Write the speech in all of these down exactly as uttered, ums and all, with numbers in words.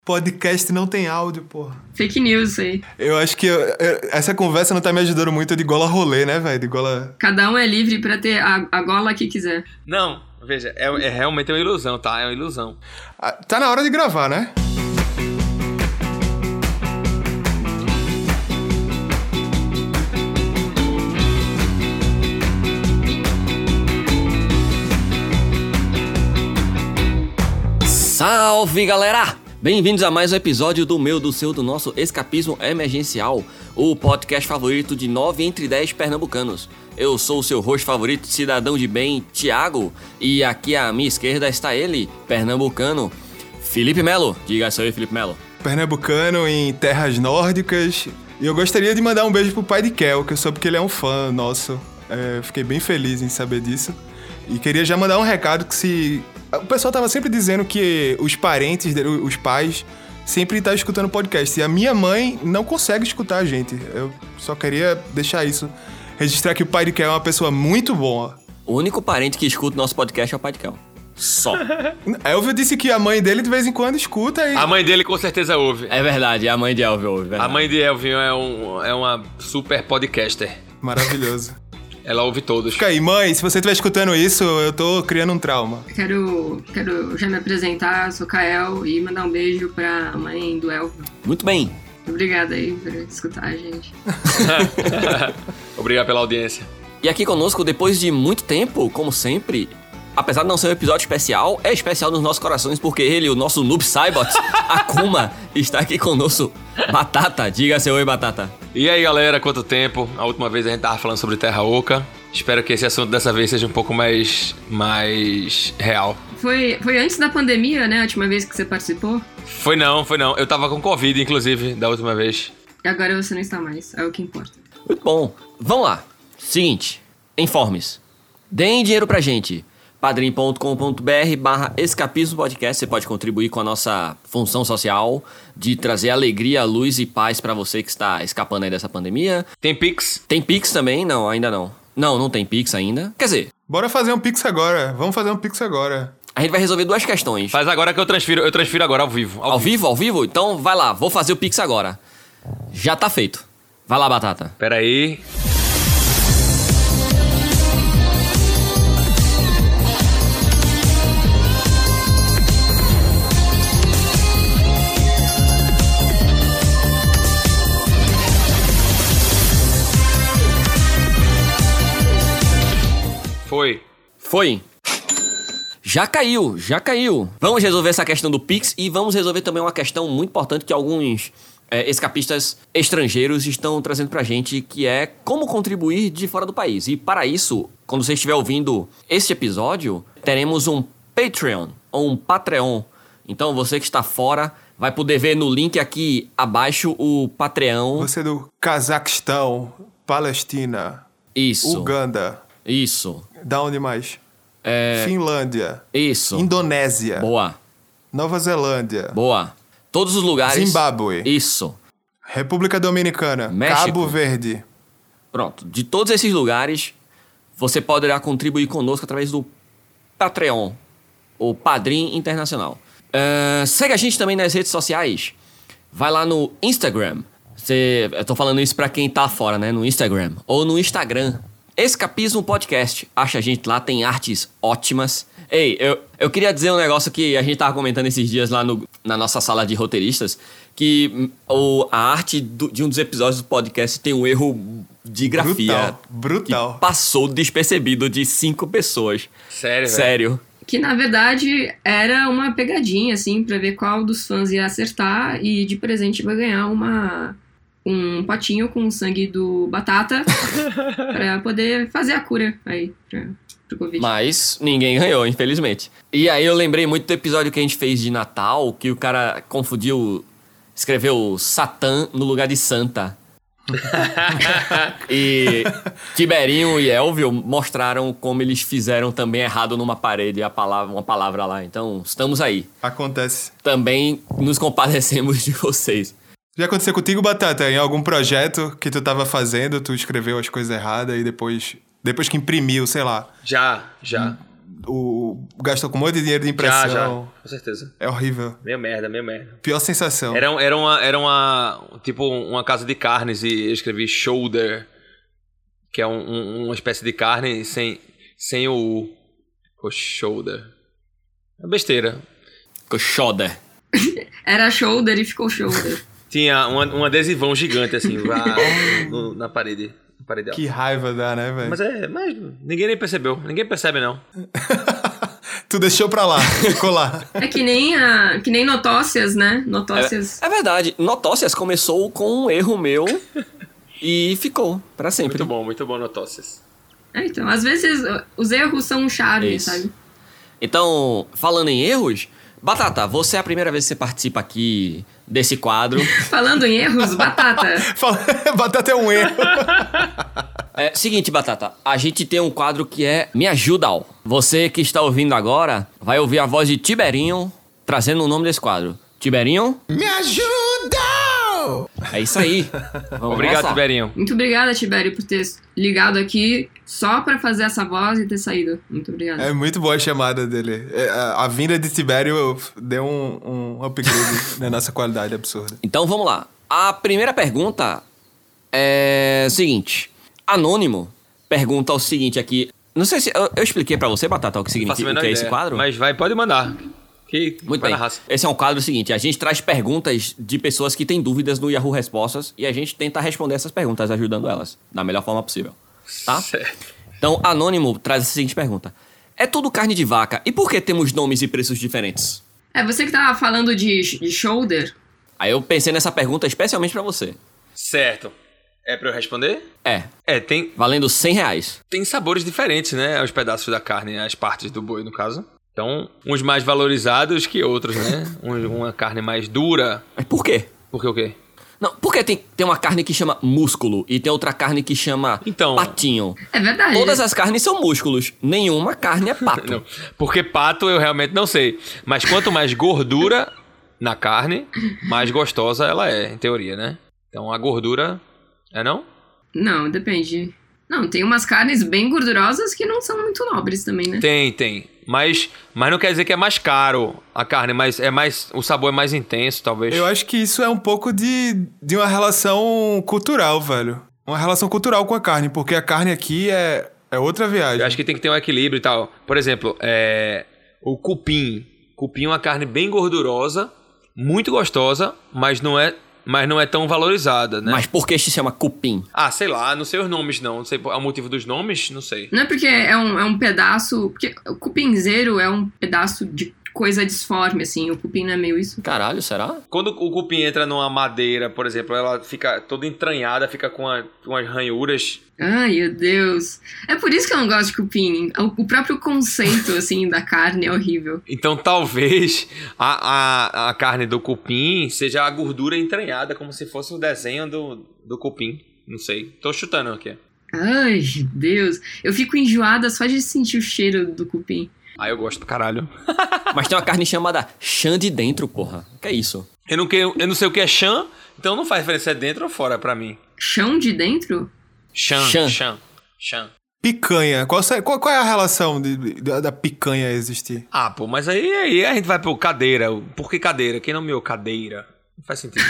Podcast não tem áudio, porra. Fake news isso aí. Eu acho que eu, eu, essa conversa não tá me ajudando muito de gola rolê, né, velho? De gola... Cada um é livre pra ter a, a gola que quiser. Não, veja, é, é realmente uma ilusão, tá? É uma ilusão. Ah, tá na hora de gravar, né? Salve, galera! Bem-vindos a mais um episódio do meu, do seu, do nosso Escapismo Emergencial, o podcast favorito de nove entre dez pernambucanos. Eu sou o seu host favorito, cidadão de bem, Thiago, e aqui à minha esquerda está ele, pernambucano, Felipe Melo. Diga seu aí, Felipe Melo. Pernambucano em terras nórdicas. E eu gostaria de mandar um beijo pro pai de Kel, que eu soube que ele é um fã nosso. É, fiquei bem feliz em saber disso. E queria já mandar um recado que se... O pessoal tava sempre dizendo que os parentes, os pais, sempre estão escutando podcast. E a minha mãe não consegue escutar a gente. Eu só queria deixar isso. Registrar que o pai de Kel é uma pessoa muito boa. O único parente que escuta o nosso podcast é o pai de Kel. Só. Elvio disse que a mãe dele de vez em quando escuta e... A mãe dele com certeza ouve. É verdade, a mãe de Elvio ouve. Verdade. A mãe de Elvio é, um, é uma super podcaster. Maravilhoso. Ela ouve todos. Fica aí, mãe, se você estiver escutando isso, eu tô criando um trauma. Quero, quero já me apresentar, sou Kael, e mandar um beijo pra mãe do Elvio. Muito bem. Obrigada aí por escutar a gente. Obrigado pela audiência. E aqui conosco, depois de muito tempo, como sempre, apesar de não ser um episódio especial, é especial nos nossos corações, porque ele, o nosso Noob Saibot, Akuma, está aqui conosco. Batata, diga seu oi, Batata. E aí, galera, quanto tempo? A última vez a gente tava falando sobre Terra Oca. Espero que esse assunto dessa vez seja um pouco mais, mais real. Foi, foi antes da pandemia, né, a última vez que você participou? Foi não, foi não. Eu tava com Covid, inclusive, da última vez. E agora você não está mais, é o que importa. Muito bom. Vamos lá. Seguinte, informes. Deem dinheiro pra gente. padrim.com.br barra escapismo podcast. Você pode contribuir com a nossa função social de trazer alegria, luz e paz pra você que está escapando aí dessa pandemia. Tem Pix? Tem Pix também? Não, ainda não. Não, não tem Pix ainda. Quer dizer... Bora fazer um Pix agora. Vamos fazer um Pix agora. A gente vai resolver duas questões. Faz agora que eu transfiro. Eu transfiro agora ao vivo. Ao, ao vivo? Ao vivo? Então vai lá, vou fazer o Pix agora. Já tá feito. Vai lá, Batata. Pera aí... Foi. Foi. Já caiu, já caiu. Vamos resolver essa questão do Pix e vamos resolver também uma questão muito importante que alguns é, escapistas estrangeiros estão trazendo pra gente, que é como contribuir de fora do país. E para isso, quando você estiver ouvindo este episódio, teremos um Patreon ou um Patreon. Então você que está fora vai poder ver no link aqui abaixo o Patreon. Você do Cazaquistão, Palestina, Isso. Uganda. Isso. Da onde mais? É... Finlândia. Isso. Indonésia. Boa. Nova Zelândia. Boa. Todos os lugares... Zimbábue. Isso. República Dominicana. México. Cabo Verde. Pronto. De todos esses lugares, você poderá contribuir conosco através do Patreon, o Padrim Internacional. Uh, segue a gente também nas redes sociais. Vai lá no Instagram. Você, eu tô falando isso pra quem tá fora, né? No Instagram. Ou no Instagram. Escapismo Podcast. Acha a gente lá, tem artes ótimas. Ei, eu, eu queria dizer um negócio que a gente tava comentando esses dias lá no, na nossa sala de roteiristas, que o, a arte do, de um dos episódios do podcast tem um erro de grafia. Brutal, brutal. Que passou despercebido de cinco pessoas. Sério, velho? Sério. Que, na verdade, era uma pegadinha, assim, pra ver qual dos fãs ia acertar e de presente vai ganhar uma... um potinho com o sangue do Batata pra poder fazer a cura aí pra, pro Covid. Mas ninguém ganhou, infelizmente. E aí eu lembrei muito do episódio que a gente fez de Natal, que o cara confundiu, escreveu Satã no lugar de Santa. E Tiberinho e Elvio mostraram como eles fizeram também errado numa parede a palavra, uma palavra lá. Então, estamos aí. Acontece. Também nos compadecemos de vocês. Já aconteceu contigo, Batata? Em algum projeto que tu tava fazendo, tu escreveu as coisas erradas e depois, depois que imprimiu, sei lá. Já, já. o, gastou com um monte de dinheiro de Já, impressão. já. Com certeza. É horrível. Meio merda, meio merda. Pior sensação. Era, era, uma, era uma... Tipo, uma casa de carnes e eu escrevi shoulder, que é um, um, uma espécie de carne sem, sem o U. O shoulder. É besteira. Coxoda. Era shoulder e ficou shoulder. Tinha um, um adesivão gigante, assim, lá no- na parede. Na parede dela. Que raiva dá, né, velho? Mas é... Mas ninguém nem percebeu. Ninguém percebe, não. Tu deixou pra lá, ficou lá. É que nem, a, que nem notócias, né? Notócias. É, é verdade. Notócias começou com um erro meu e ficou pra sempre. Muito bom, muito bom, Notócias. É, então, às vezes os erros são um charme, Isso. sabe? Então, falando em erros, Batata, você é a primeira vez que você participa aqui desse quadro. Falando em erros, Batata. Fala- Batata é um erro. É seguinte, Batata, a gente tem um quadro que é Me Ajuda Al. Você que está ouvindo agora vai ouvir a voz de Tiberinho trazendo o nome desse quadro. Tiberinho? Me ajuda! É isso aí. Vamos Obrigado, nessa. Tiberinho. Muito obrigada, Tibério, por ter ligado aqui só pra fazer essa voz e ter saído. Muito obrigada. É muito boa a chamada dele. É, A, a vinda de Tibério deu um, um upgrade na nossa qualidade absurda. Então vamos lá. A primeira pergunta é o seguinte. Anônimo pergunta o seguinte aqui. Não sei se eu, eu expliquei pra você, Batata, o que Não faço a significa o menor que é ideia, esse quadro. Mas vai, pode mandar. Que Muito vai bem. na raça. Esse é um quadro seguinte, a gente traz perguntas de pessoas que têm dúvidas no Yahoo Respostas e a gente tenta responder essas perguntas, ajudando elas da melhor forma possível, tá? Certo. Então, Anônimo traz a seguinte pergunta. É tudo carne de vaca e por que temos nomes e preços diferentes? É, você que tava falando de, de shoulder. Aí eu pensei nessa pergunta especialmente pra você. Certo. É pra eu responder? É, É, tem, valendo cem reais. tem sabores diferentes, né? Os pedaços da carne, as partes do boi, no caso. Então, uns mais valorizados que outros, né? Um- uma carne mais dura. Mas por quê? Porque o quê? Não, porque tem, tem uma carne que chama músculo e tem outra carne que chama Então- patinho. É verdade. Todas as carnes são músculos, nenhuma carne é pato. Não. Porque pato eu realmente não sei. Mas quanto mais gordura na carne, mais gostosa ela é, em teoria, né? Então a gordura... É não? Não, depende. Não, tem umas carnes bem gordurosas que não são muito nobres também, né? Tem, tem. Mas, mas não quer dizer que é mais caro a carne, mas é mais, o sabor é mais intenso, talvez. Eu acho que isso é um pouco de, de uma relação cultural, velho. Uma relação cultural com a carne, porque a carne aqui é, é outra viagem. Eu acho que tem que ter um equilíbrio e tal. Por exemplo, é, o cupim. Cupim é uma carne bem gordurosa, muito gostosa, mas não é, mas não é tão valorizada, né? Mas por que se chama cupim? Ah, sei lá, não sei os nomes não. Não sei o motivo dos nomes, não sei. Não é porque é um, é um pedaço... Porque o cupinzeiro é um pedaço de coisa disforme, assim. O cupim não é meio isso. Caralho, será? Quando o cupim entra numa madeira, por exemplo, ela fica toda entranhada, fica com a- com as ranhuras. Ai, meu Deus. É por isso que eu não gosto de cupim. O, o próprio conceito, assim, da carne é horrível. Então talvez a, a, a carne do cupim seja a gordura entranhada, como se fosse o desenho do, do cupim. Não sei. Tô chutando aqui. Ai, Deus. Eu fico enjoada só de sentir o cheiro do cupim. Ah, eu gosto pra caralho. Mas tem uma carne chamada chã de dentro, porra. Que é isso? Eu não, que- eu não sei o que é chã, então não faz diferença se é dentro ou fora pra mim. Chão de dentro? Chã, Chã. chã, chã. Picanha. Qual, se- qual, qual é a relação de- da, da picanha existir? Ah, pô, mas aí, aí a gente vai pro cadeira. Por que cadeira? Quem nomeou cadeira? Não faz sentido.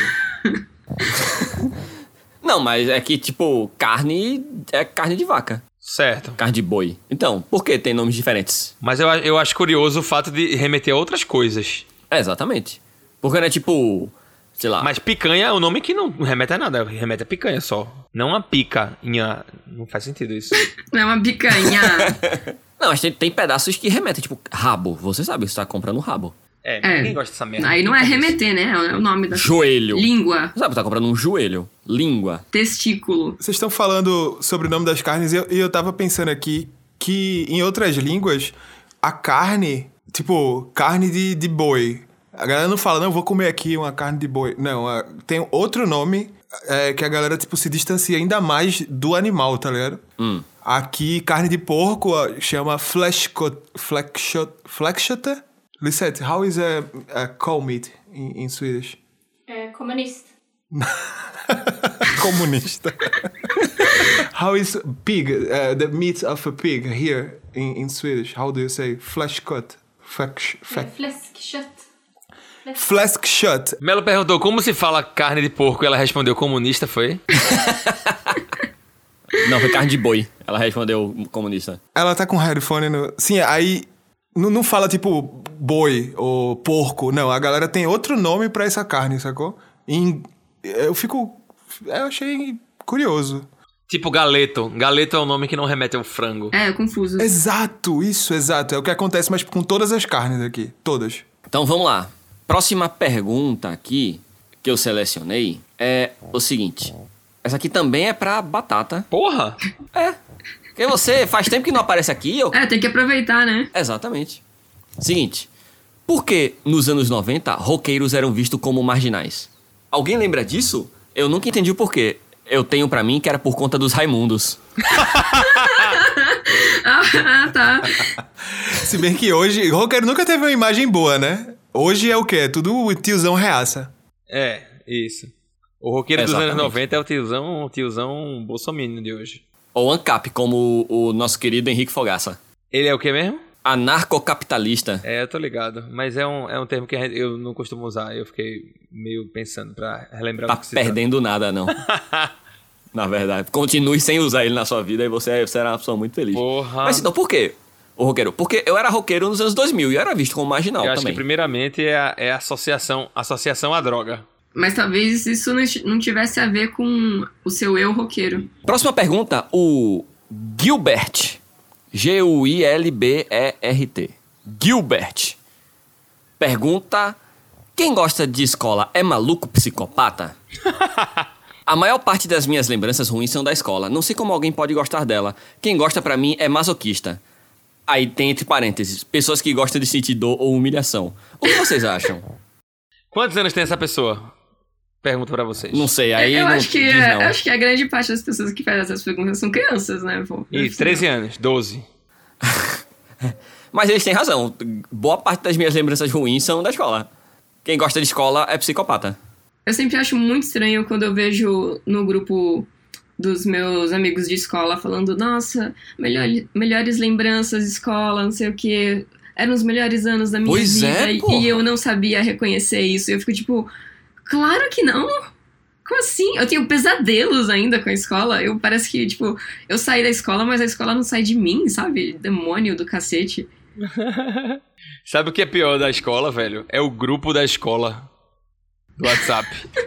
Não, mas é que, tipo, carne é carne de vaca. Certo. Carne de boi. Então, por que tem nomes diferentes? Mas eu, eu acho curioso o fato de remeter a outras coisas. É, exatamente. Porque não é tipo, sei lá... Mas picanha é um nome que não remete a nada, remete a picanha só. Não a picanha. Não faz sentido isso. Não é uma picanha. Não, mas tem, tem pedaços que remetem, tipo, rabo. Você sabe, você tá comprando um rabo. É, É. ninguém gosta dessa merda. Aí não é remeter, né? É o nome da... Joelho. Língua. Você sabe, você tá comprando um joelho. Língua. Testículo. Vocês estão falando sobre o nome das carnes e eu, e eu tava pensando aqui que em outras línguas, a carne, tipo, carne de, de boi. A galera não fala, não, vou comer aqui uma carne de boi. Não, é, tem outro nome é, que a galera, tipo, se distancia ainda mais do animal, tá ligado? Hum. Aqui, carne de porco ó, chama fleshkot, fleshkot, fleshkot? Lisette, how is a, a cow meat in, in Swedish? Eh, kommunist. Comunista. How is pig, uh, the meat of a pig here in, in Swedish? How do you say? Flesh cut. Flesh, flesh. Fläskkött. Flesk shut. Melo perguntou como se fala carne de porco e ela respondeu comunista, foi? Não, foi carne de boi. Ela respondeu comunista. Ela tá com headphone no... Sim, aí não, não fala tipo boi ou porco. Não, a galera tem outro nome pra essa carne, sacou? Em... Eu fico... Eu achei curioso. Tipo galeto. Galeto é um nome que não remete ao frango. É, confuso. Exato, isso, exato. É o que acontece, mas com todas as carnes aqui. Todas. Então vamos lá. Próxima pergunta aqui que eu selecionei é o seguinte. Essa aqui também é pra batata. Porra! É. Porque você faz tempo que não aparece aqui. Eu... É, tem que aproveitar, né? Exatamente. Seguinte. Por que nos anos noventa roqueiros eram vistos como marginais? Alguém lembra disso? Eu nunca entendi o porquê. Eu tenho pra mim que era por conta dos Raimundos. Ah, tá. Se bem que hoje... Roqueiro nunca teve uma imagem boa, né? Hoje é o quê? É tudo tiozão reaça. É, isso. O roqueiro Exatamente. dos anos noventa é o tiozão, o tiozão bolsominion de hoje. Ou ANCAP, como o, o nosso querido Henrique Fogaça. Ele é o que mesmo? Anarcocapitalista. É, eu tô ligado. Mas é um, é um termo que eu não costumo usar. Eu fiquei meio pensando pra relembrar Tá do que se perdendo nada, não. Na verdade. Continue sem usar ele na sua vida e você será uma pessoa muito feliz. Porra. Mas então, por quê? O roqueiro? Porque eu era roqueiro nos anos dois mil e eu era visto como marginal Eu acho também. que primeiramente é a, é a associação, associação à droga. Mas talvez isso não não tivesse a ver com o seu eu roqueiro. Próxima pergunta, o Gilbert. G U I L B E R T. Gilbert. Pergunta: quem gosta de escola é maluco psicopata? A maior parte das minhas lembranças ruins são da escola. Não sei como alguém pode gostar dela. Quem gosta pra mim é masoquista. Aí tem entre parênteses, pessoas que gostam de sentir dor ou humilhação. O que vocês acham? Quantos anos tem essa pessoa? Pergunto pra vocês. Não sei, aí eu, não acho que, diz é- não. eu acho que a grande parte das pessoas que fazem essas perguntas são crianças, né? Pô, Ih, treze anos, doze. Mas eles têm razão. Boa parte das minhas lembranças ruins são da escola. Quem gosta de escola é psicopata. Eu sempre acho muito estranho quando eu vejo no grupo dos meus amigos de escola falando, nossa, melhor, melhores lembranças de escola, não sei o quê. Eram os melhores anos da minha Pois vida é, e- porra. e eu não sabia reconhecer isso. Eu fico tipo, claro que não. Como assim? Eu tenho pesadelos ainda com a escola. Eu parece que, tipo, eu saí da escola, mas a escola não sai de mim, sabe? Demônio do cacete. Sabe o que é pior da escola, velho? É o grupo da escola do WhatsApp.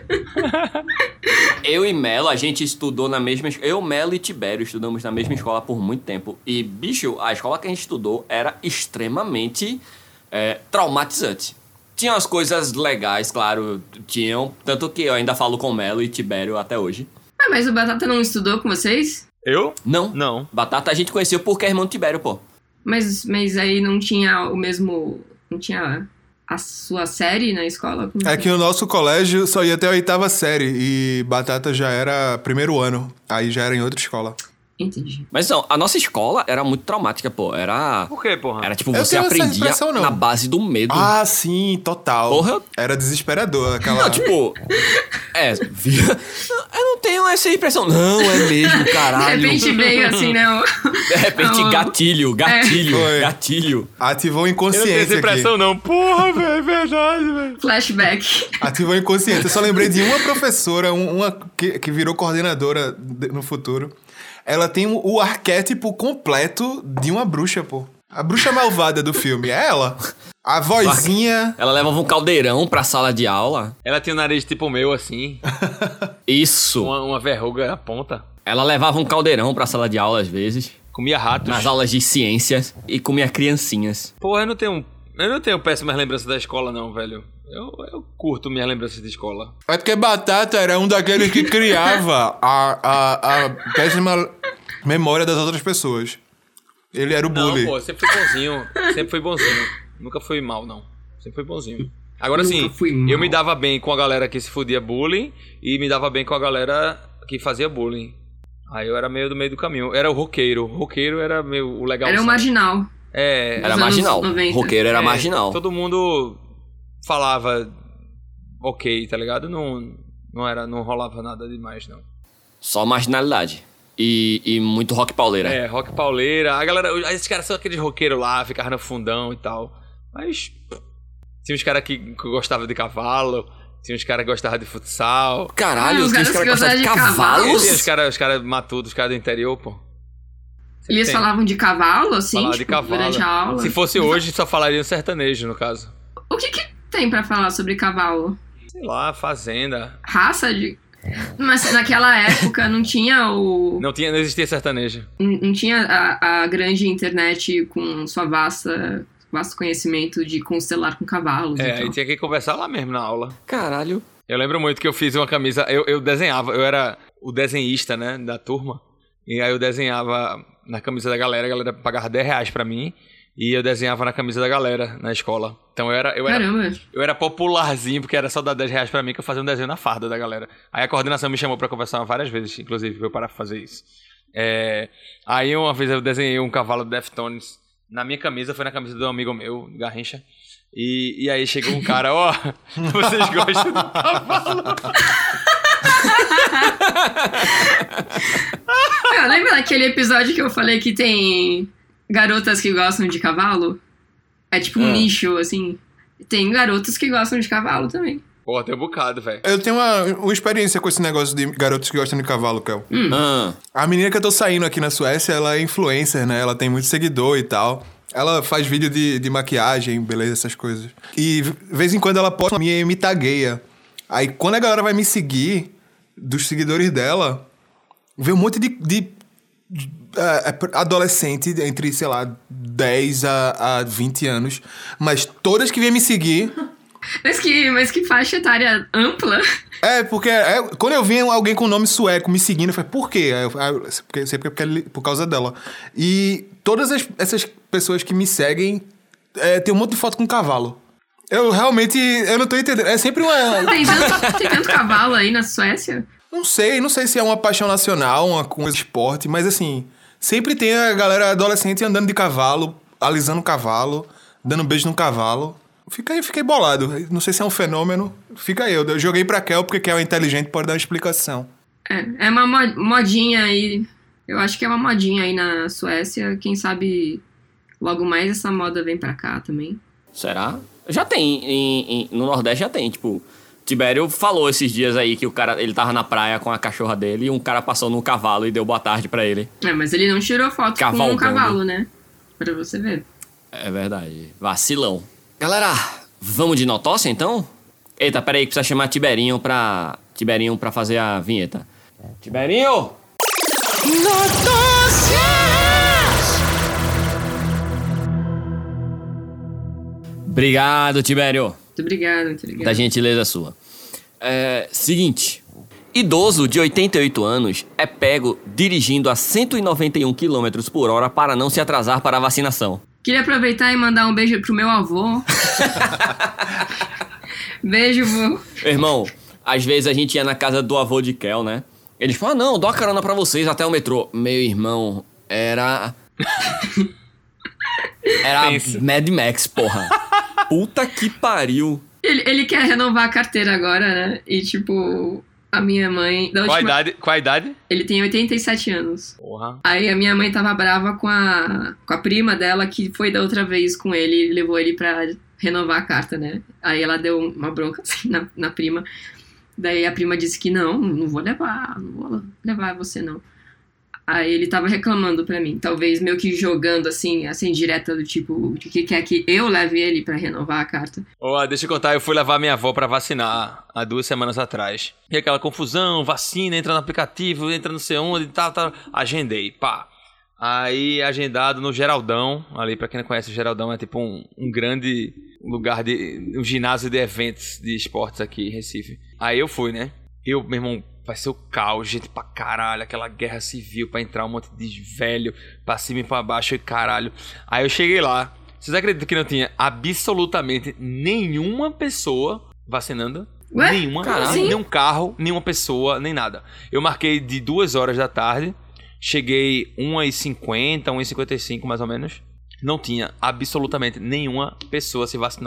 Eu e Melo, a gente estudou na mesma escola. Eu, Melo e Tibério estudamos na mesma escola por muito tempo. E, bicho, a escola que a gente estudou era extremamente é, traumatizante. Tinha umas coisas legais, claro, tinham. Tanto que eu ainda falo com Melo e Tibério até hoje. Ah, mas o Batata não estudou com vocês? Eu? Não. Não. Batata a gente conheceu porque é irmão do Tibério, pô. Mas, mas aí não tinha o mesmo... Não tinha a sua série na escola? Como É que o nosso colégio só ia até a oitava série e Batata já era primeiro ano. Aí já era em outra escola. Entendi. Mas não, a nossa escola era muito traumática, pô. Era. Por quê, porra? Era tipo, Eu você tenho essa aprendia impressão, não. na base do medo. Ah, sim, total. Porra. Era desesperador aquela... Não, tipo. É, via. Eu não tenho essa impressão. Não, é mesmo, caralho. De repente veio assim, né? o- De repente, Oh. gatilho, gatilho, Foi. gatilho. Ativou o Eu não tenho inconsciente essa impressão, aqui. não. Porra, velho, é verdade, velho. Flashback. Ativou o inconsciente. Eu só lembrei de uma professora, um- uma que, que virou coordenadora de- no futuro. Ela tem o, o arquétipo completo de uma bruxa, pô. A bruxa malvada do filme. É ela. A vozinha... Ela levava um caldeirão pra sala de aula. Ela tinha um nariz tipo o meu, assim. Isso. Uma, uma verruga na ponta. Ela levava um caldeirão pra sala de aula às vezes. Comia ratos. Nas aulas de ciências. E comia criancinhas. Porra, eu não tenho... Eu não tenho péssimas lembranças da escola, não, velho. Eu, eu curto minhas lembranças de escola. É porque Batata era um daqueles que criava a, a, a péssima memória das outras pessoas. Ele era o Não, bully. pô, sempre fui bonzinho. Sempre fui bonzinho. Nunca fui mal, não. Sempre fui bonzinho. Agora Nunca sim, fui mal. eu me dava bem com a galera que se fudia bullying e me dava bem com a galera que fazia bullying. Aí eu era meio do meio do caminho. Era o roqueiro. O roqueiro era meio o legal. Era o marginal. É, Era anos marginal. noventa. Roqueiro era é, marginal. Todo mundo falava ok, tá ligado? Não, Não, era, não rolava nada demais, não. Só marginalidade. E, e muito rock pauleira. É, rock pauleira. A galera, esses caras são aqueles roqueiros lá, ficavam no fundão e tal. Mas tinha uns caras que gostavam de cavalo, tinha uns caras que gostavam de futsal. Caralho, Ah, os os caras caras que gostavam de que gostavam de cavalos? cavalos? Tinha os caras os cara matutos, os caras do interior, pô. Eles Tem. falavam de cavalo, assim, Falar tipo, de cavalo. durante a aula? Se fosse hoje, só falaria sertanejo, no caso. O que que tem pra falar sobre cavalo? Sei lá, fazenda. Raça de... Mas naquela época não tinha o... Não, tinha, não existia sertanejo. Não não tinha a, a grande internet com sua vasta... vasto conhecimento de constelar com cavalos. É, e aí tal. tinha que conversar lá mesmo na aula. Caralho. Eu lembro muito que eu fiz uma camisa, eu, eu desenhava, eu era o desenhista, né, da turma, e aí eu desenhava na camisa da galera, a galera pagava dez reais pra mim, e eu desenhava na camisa da galera na escola. Então eu era, eu era, Caramba. eu era popularzinho, porque era só dar dez reais pra mim que eu fazia um desenho na farda da galera. Aí a coordenação me chamou pra conversar várias vezes, inclusive, pra eu parar pra fazer isso. É, aí uma vez eu desenhei um cavalo do Deftones na minha camisa, foi na camisa de um amigo meu, Garrincha. E, e aí chegou um cara, ó, oh, vocês gostam do cavalo? Eu lembro daquele episódio que eu falei que tem garotas que gostam de cavalo? É tipo um É. nicho, assim. Tem garotos que gostam de cavalo também. Pô, tem um bocado, velho. Eu tenho uma, uma experiência com esse negócio de garotos que gostam de cavalo, Kel. Ah, A menina que eu tô saindo aqui na Suécia, ela é influencer, né? Ela tem muito seguidor e tal. Ela faz vídeo de, de maquiagem, beleza, essas coisas. E de vez em quando ela posta minha e me tagueia. Aí quando a galera vai me seguir, dos seguidores dela, vê um monte de, de é, adolescente entre, sei lá, dez a, a vinte anos. Mas todas que vêm me seguir... Mas que, mas que faixa etária ampla. É, porque é, quando eu vi alguém com nome sueco me seguindo, eu falei, por quê? Aí eu, ah, eu porque, sempre porque, por causa dela. E todas as, essas pessoas que me seguem é, tem um monte de foto com cavalo. Eu realmente, eu não tô entendendo. É sempre uma... Tem tanto, tem tanto cavalo aí na Suécia? Não sei, não sei se é uma paixão nacional, uma coisa de esporte, mas assim, sempre tem a galera adolescente andando de cavalo, alisando o cavalo, dando beijo no cavalo. Fica aí, fiquei bolado. Não sei se é um fenômeno. Fica aí, eu, eu joguei pra Kel, porque Kel é inteligente, pode dar uma explicação. É, é uma mo- modinha aí. Eu acho que é uma modinha aí na Suécia. Quem sabe logo mais essa moda vem pra cá também. será? Já tem, em- em- no Nordeste já tem, tipo... Tibério falou esses dias aí que o cara, ele tava na praia com a cachorra dele e um cara passou num cavalo e deu boa tarde pra ele. É, mas ele não tirou foto com um Cavalgando. cavalo, né? Pra você ver. É verdade. Vacilão. Galera, vamos de notócia então? Eita, peraí que precisa chamar Tiberinho pra... Tiberinho pra fazer a vinheta. Tiberinho! Notócias! Obrigado, Tibério. Muito obrigada, muito obrigada. Da gentileza sua. É, seguinte. Idoso de oitenta e oito anos é pego dirigindo a cento e noventa e um quilômetros por hora para não se atrasar para a vacinação. Queria aproveitar e mandar um beijo pro meu avô. Beijo, vô. Irmão, às vezes a gente ia na casa do avô de Kel, né? Eles falam, ah, não, dou a carona pra vocês até o metrô. Meu irmão, era... Era Pensa. Mad Max, porra. Puta que pariu. Ele, ele quer renovar a carteira agora, né? E, tipo, a minha mãe... Da Qual a última... idade? Qual a idade? Ele tem oitenta e sete anos. Porra. Aí a minha mãe tava brava com a, com a prima dela, que foi da outra vez com ele e levou ele pra renovar a carta, né? Aí ela deu uma bronca assim na, na prima. Daí a prima disse que não, não vou levar, não vou levar você não. Aí ele tava reclamando pra mim, talvez meio que jogando assim, assim, direta do tipo, de que quer que eu leve ele pra renovar a carta. Ó, deixa eu contar, eu fui levar minha avó pra vacinar há duas semanas atrás. E aquela confusão, vacina, entra no aplicativo, entra não sei onde e tal, tal. Agendei, pá. Aí, agendado no Geraldão, ali pra quem não conhece o Geraldão, é tipo um, um grande lugar de... um ginásio de eventos de esportes aqui em Recife. Aí eu fui, né? Eu, meu irmão, vai ser o caos, gente pra caralho, aquela guerra civil pra entrar um monte de velho pra cima e pra baixo e caralho. Aí eu cheguei lá, vocês acreditam que não tinha absolutamente nenhuma pessoa vacinando? Ué? Nenhuma, Caralho. nenhum carro, nenhuma pessoa, nem nada. Eu marquei de duas horas da tarde, cheguei uma e cinquenta, uma e cinquenta e cinco mais ou menos. Não tinha absolutamente nenhuma pessoa se vacinando.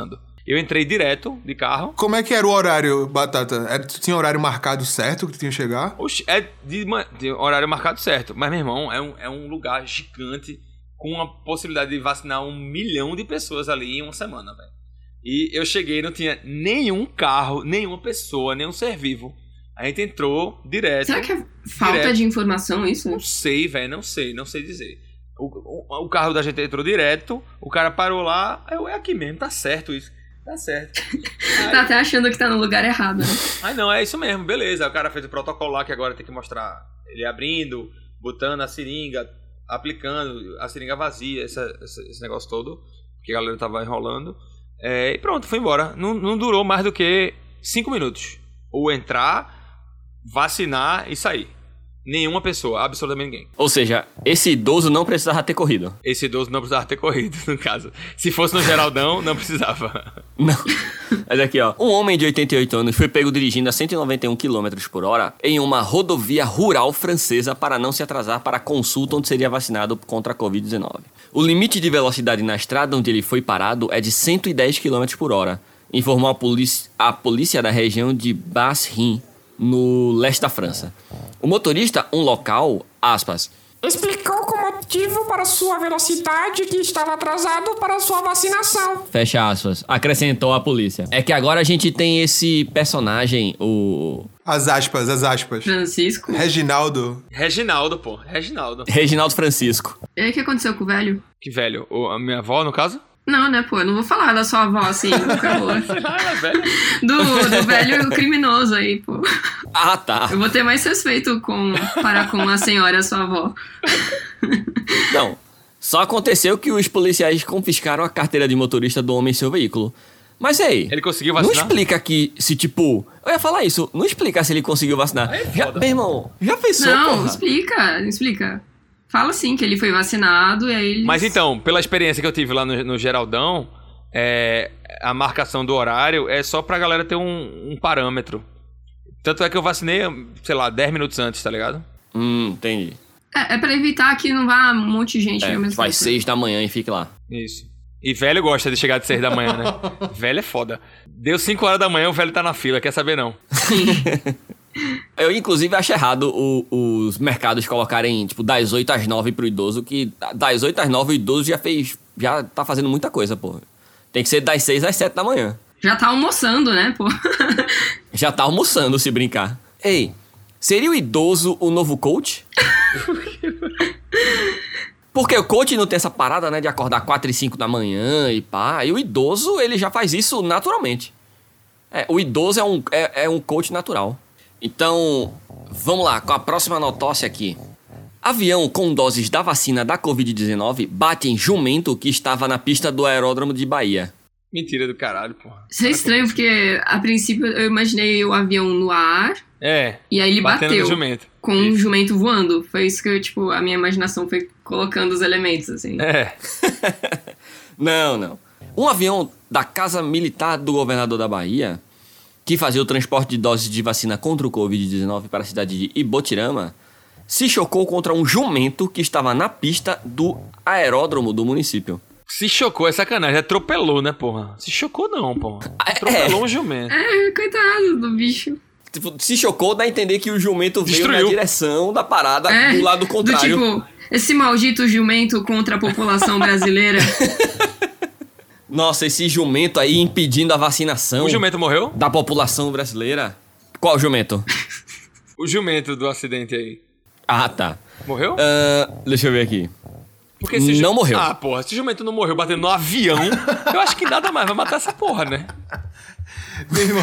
Eu entrei direto de carro. Como é que era o horário, Batata? Era, tu tinha horário marcado certo que tu tinha que chegar? Oxe, é de, de horário marcado certo. Mas, meu irmão, é um, é um lugar gigante com a possibilidade de vacinar um milhão de pessoas ali em uma semana, velho. E eu cheguei, não tinha nenhum carro, nenhuma pessoa, nenhum ser vivo. A gente entrou direto. Será que é falta direto. de informação isso? Não sei, velho, não sei, não sei dizer. O, o, o carro da gente entrou direto, o cara parou lá, eu, é aqui mesmo, tá certo isso. Tá certo. Aí, Tá até achando que tá no lugar errado, né? Ai, não, é isso mesmo, beleza. Aí o cara fez o protocolo lá que agora tem que mostrar ele abrindo, botando a seringa, aplicando, a seringa vazia, essa, essa, esse negócio todo, que a galera tava enrolando. É, e pronto, foi embora. Não, não durou mais do que cinco minutos. Ou entrar, vacinar e sair. Nenhuma pessoa, absolutamente ninguém. Ou seja, esse idoso não precisava ter corrido. Esse idoso não precisava ter corrido, no caso. Se fosse no Geraldão, não precisava. Não. Mas aqui, ó. Um homem de oitenta e oito anos foi pego dirigindo a cento e noventa e um quilômetros por hora em uma rodovia rural francesa para não se atrasar para a consulta onde seria vacinado contra a covid dezenove. O limite de velocidade na estrada onde ele foi parado é de cento e dez quilômetros por hora, informou a polícia, a polícia da região de Basse-Rhin, no leste da França. O motorista, um local, aspas, explicou com motivo para sua velocidade que estava atrasado para sua vacinação. Fecha aspas. Acrescentou a polícia. É que agora a gente tem esse personagem, o... As aspas, as aspas. Francisco. Reginaldo. Reginaldo, pô. Reginaldo. Reginaldo Francisco. E aí, o que aconteceu com o velho? Que velho? O, a minha avó, no caso? Não, né, pô? Eu não vou falar da sua avó assim, por favor. Será? Ela é velha? Do, do velho criminoso aí, pô. Ah, tá. Eu vou ter mais respeito com, para com a senhora, sua avó. Não. Só aconteceu que os policiais confiscaram a carteira de motorista do homem em seu veículo. Mas aí, Ele conseguiu não vacinar? explica aqui se, tipo... Eu ia falar isso. Não explica se ele conseguiu vacinar. Aí é Já, foda. meu irmão, já pensou, Não, porra? explica, explica. Fala sim que ele foi vacinado e aí eles... Mas então, pela experiência que eu tive lá no, no Geraldão, é, a marcação do horário é só pra galera ter um, um parâmetro. Tanto é que eu vacinei, sei lá, dez minutos antes, tá ligado? Hum, entendi. É, é pra evitar que não vá um monte de gente É, ao mesmo faz tempo. seis da manhã e fique lá. Isso. E velho gosta de chegar de seis da manhã, né? Velho é foda. Deu cinco horas da manhã, o velho tá na fila, quer saber não. Eu, inclusive, acho errado o- os mercados colocarem, tipo, das oito às nove pro idoso, que das oito às nove o idoso já fez, já tá fazendo muita coisa, pô. Tem que ser das seis às sete da manhã. Já tá almoçando, né, pô? Já tá almoçando, se brincar. Ei, seria o idoso o novo coach? Porque o coach não tem essa parada, né, de acordar quatro e cinco da manhã e pá. E o idoso, ele já faz isso naturalmente. É, o idoso é um, é, é um coach natural. Então, vamos lá, com a próxima notócia aqui. Avião com doses da vacina da covid dezenove bate em jumento que estava na pista do aeródromo de Bahia. Mentira do caralho, porra. Isso é estranho, porque a princípio eu imaginei o avião no ar É. e aí ele Batendo bateu no jumento. com um Isso. jumento voando. Foi isso que, eu, tipo, a minha imaginação foi colocando os elementos, assim. É. Não, não. Um avião da Casa Militar do governador da Bahia, que fazia o transporte de doses de vacina contra o covid dezenove para a cidade de Ibotirama, se chocou contra um jumento que estava na pista do aeródromo do município. Se chocou, é sacanagem. Atropelou, né, porra? Se chocou não, porra. É. Atropelou um jumento. É, coitado do bicho. Tipo, se chocou, dá a entender que o jumento veio Destruiu. na direção da parada É, do lado contrário. Do tipo, esse maldito jumento contra a população brasileira. Nossa, esse jumento aí impedindo a vacinação O jumento morreu? da população brasileira. Qual jumento? O jumento do acidente aí. Ah, tá. Morreu? Ah, deixa eu ver aqui. Porque se não ju- morreu. Ah, porra, se o jumento não morreu batendo no avião, eu acho que nada mais vai matar essa porra, né? Meu irmão.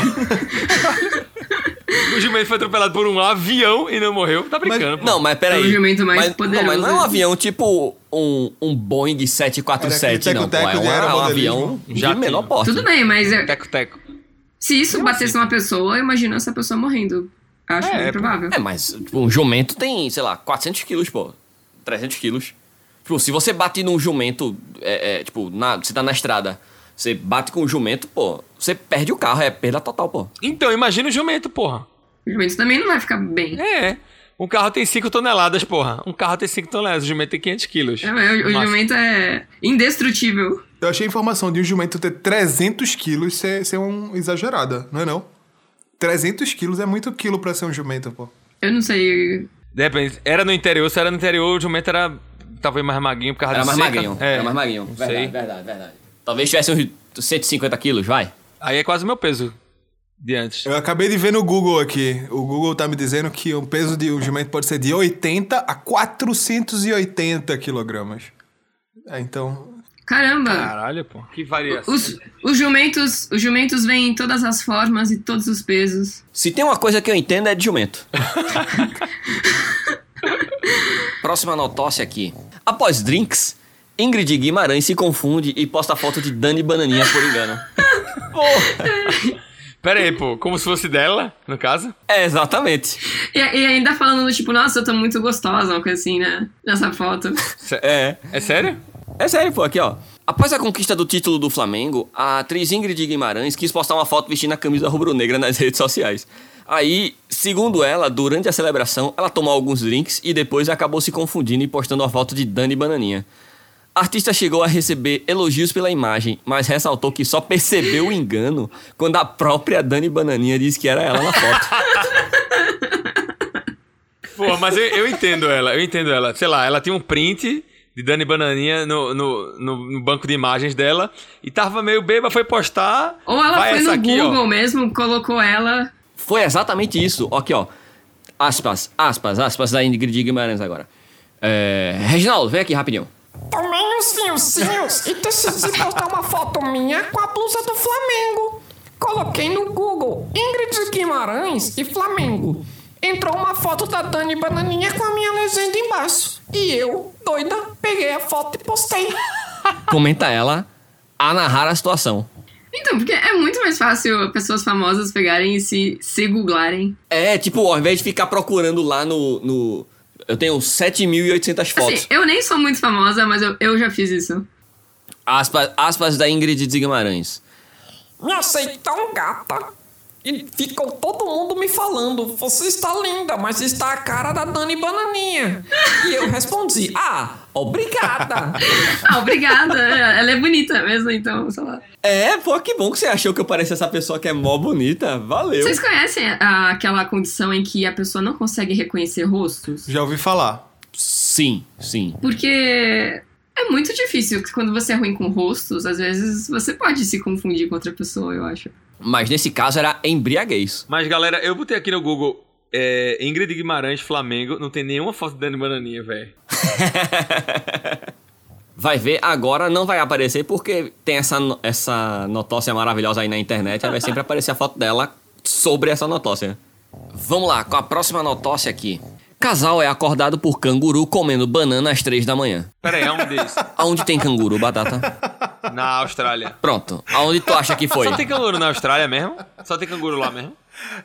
O jumento foi atropelado por um avião e não morreu. Tá brincando, pô. Não, mas peraí. É o jumento mais mas, poderoso. Não, mas não é um avião tipo um, um Boeing sete quatro sete, Era não. aquele Pô, é um, teco-teco de é um aeromodelismo. avião de Jatinho. menor porte. Tudo bem, mas é- Teco-teco. se isso batesse numa pessoa, eu imagino essa pessoa morrendo. Acho É, bem provável. É, mas tipo, um jumento tem, sei lá, quatrocentos quilos, pô. trezentos quilos. Tipo, se você bate num jumento, é, é, tipo, na, você tá na estrada, você bate com um jumento, pô, você perde o carro, é perda total, pô. Então, imagina o jumento, porra. O jumento também não vai ficar bem. É. Um carro tem cinco toneladas, porra. Um carro tem cinco toneladas, o jumento tem quinhentos quilos. É, o, o jumento é indestrutível. Eu achei a informação de um jumento ter trezentos quilos ser, ser um exagerada, não é não? trezentos quilos é muito quilo pra ser um jumento, pô. Eu não sei. Depende. Era no interior, se era no interior, o jumento era talvez mais magrinho por causa Era de mais seca. magrinho. É, Era mais magrinho. não Verdade, sei. verdade, verdade. Talvez tivesse uns cento e cinquenta quilos, vai. Aí é quase o meu peso de antes. Eu acabei de ver no Google aqui. O Google tá me dizendo que o peso de um jumento pode ser de oitenta a quatrocentos e oitenta quilogramas. É, então... Caramba! Caralho, pô. Que variação. Os, os, jumentos, os jumentos vêm em todas as formas e todos os pesos. Se tem uma coisa que eu entendo é de jumento. Próxima notócia aqui. Após drinks, Ingrid Guimarães se confunde e posta foto de Dani Bananinha por engano. Porra! Pera aí, pô. Como se fosse dela, no caso? É, exatamente. E, e ainda falando, tipo, nossa, eu tô muito gostosa, uma coisa assim, né? Nessa foto. Sé- É. É sério? É sério, pô, aqui, ó. Após a conquista do título do Flamengo, a atriz Ingrid Guimarães quis postar uma foto vestindo a camisa rubro-negra nas redes sociais. Aí, segundo ela, durante a celebração, ela tomou alguns drinks e depois acabou se confundindo e postando a foto de Dani Bananinha. A artista chegou a receber elogios pela imagem, mas ressaltou que só percebeu o engano quando a própria Dani Bananinha disse que era ela na foto. Pô, mas eu, eu entendo ela, eu entendo ela. Sei lá, ela tinha um print de Dani Bananinha no, no, no, no banco de imagens dela e tava meio bêbada, foi postar. Ou ela vai foi essa no aqui, Google ó. mesmo, colocou ela... Foi exatamente isso. Aqui, ó. Aspas, aspas, aspas da Ingrid Guimarães agora. É... Reginaldo, vem aqui rapidinho. Tomei uns fiozinhos e decidi postar uma foto minha com a blusa do Flamengo. Coloquei no Google Ingrid Guimarães e Flamengo. Entrou uma foto da Dani Bananinha com a minha legenda embaixo. E eu, doida, peguei a foto e postei. Comenta ela a narrar a situação. Então, porque é muito mais fácil pessoas famosas pegarem e se, se googlarem. É, tipo, ao invés de ficar procurando lá no... no... Eu tenho sete mil e oitocentas fotos. Assim, eu nem sou muito famosa, mas eu, eu já fiz isso. Aspas, aspas da Ingrid Guimarães. Me achei tão gata. E ficou todo mundo me falando, você está linda, mas está a cara da Dani Bananinha. E eu respondi, ah, obrigada. Ah, obrigada. Ela é bonita mesmo, então, sei lá. É, pô, que bom que você achou que eu parecia essa pessoa que é mó bonita. Valeu. Vocês conhecem a- aquela condição em que a pessoa não consegue reconhecer rostos? Já ouvi falar. Sim, sim. Porque é muito difícil. Quando você é ruim com rostos, às vezes você pode se confundir com outra pessoa, eu acho. Mas nesse caso era embriaguez. Mas, galera, eu botei aqui no Google é, Ingrid Guimarães, Flamengo. Não tem nenhuma foto de Dani Bananinha, velho. Vai ver, agora não vai aparecer porque tem essa, no- essa notócia maravilhosa aí na internet. Aí vai sempre aparecer a foto dela sobre essa notócia. Vamos lá, com a próxima notócia aqui. Casal é acordado por canguru comendo banana às três da manhã. Pera aí, aonde isso? Aonde tem canguru, Batata? Na Austrália. Pronto, aonde tu acha que foi? Só tem canguru na Austrália mesmo? Só tem canguru lá mesmo?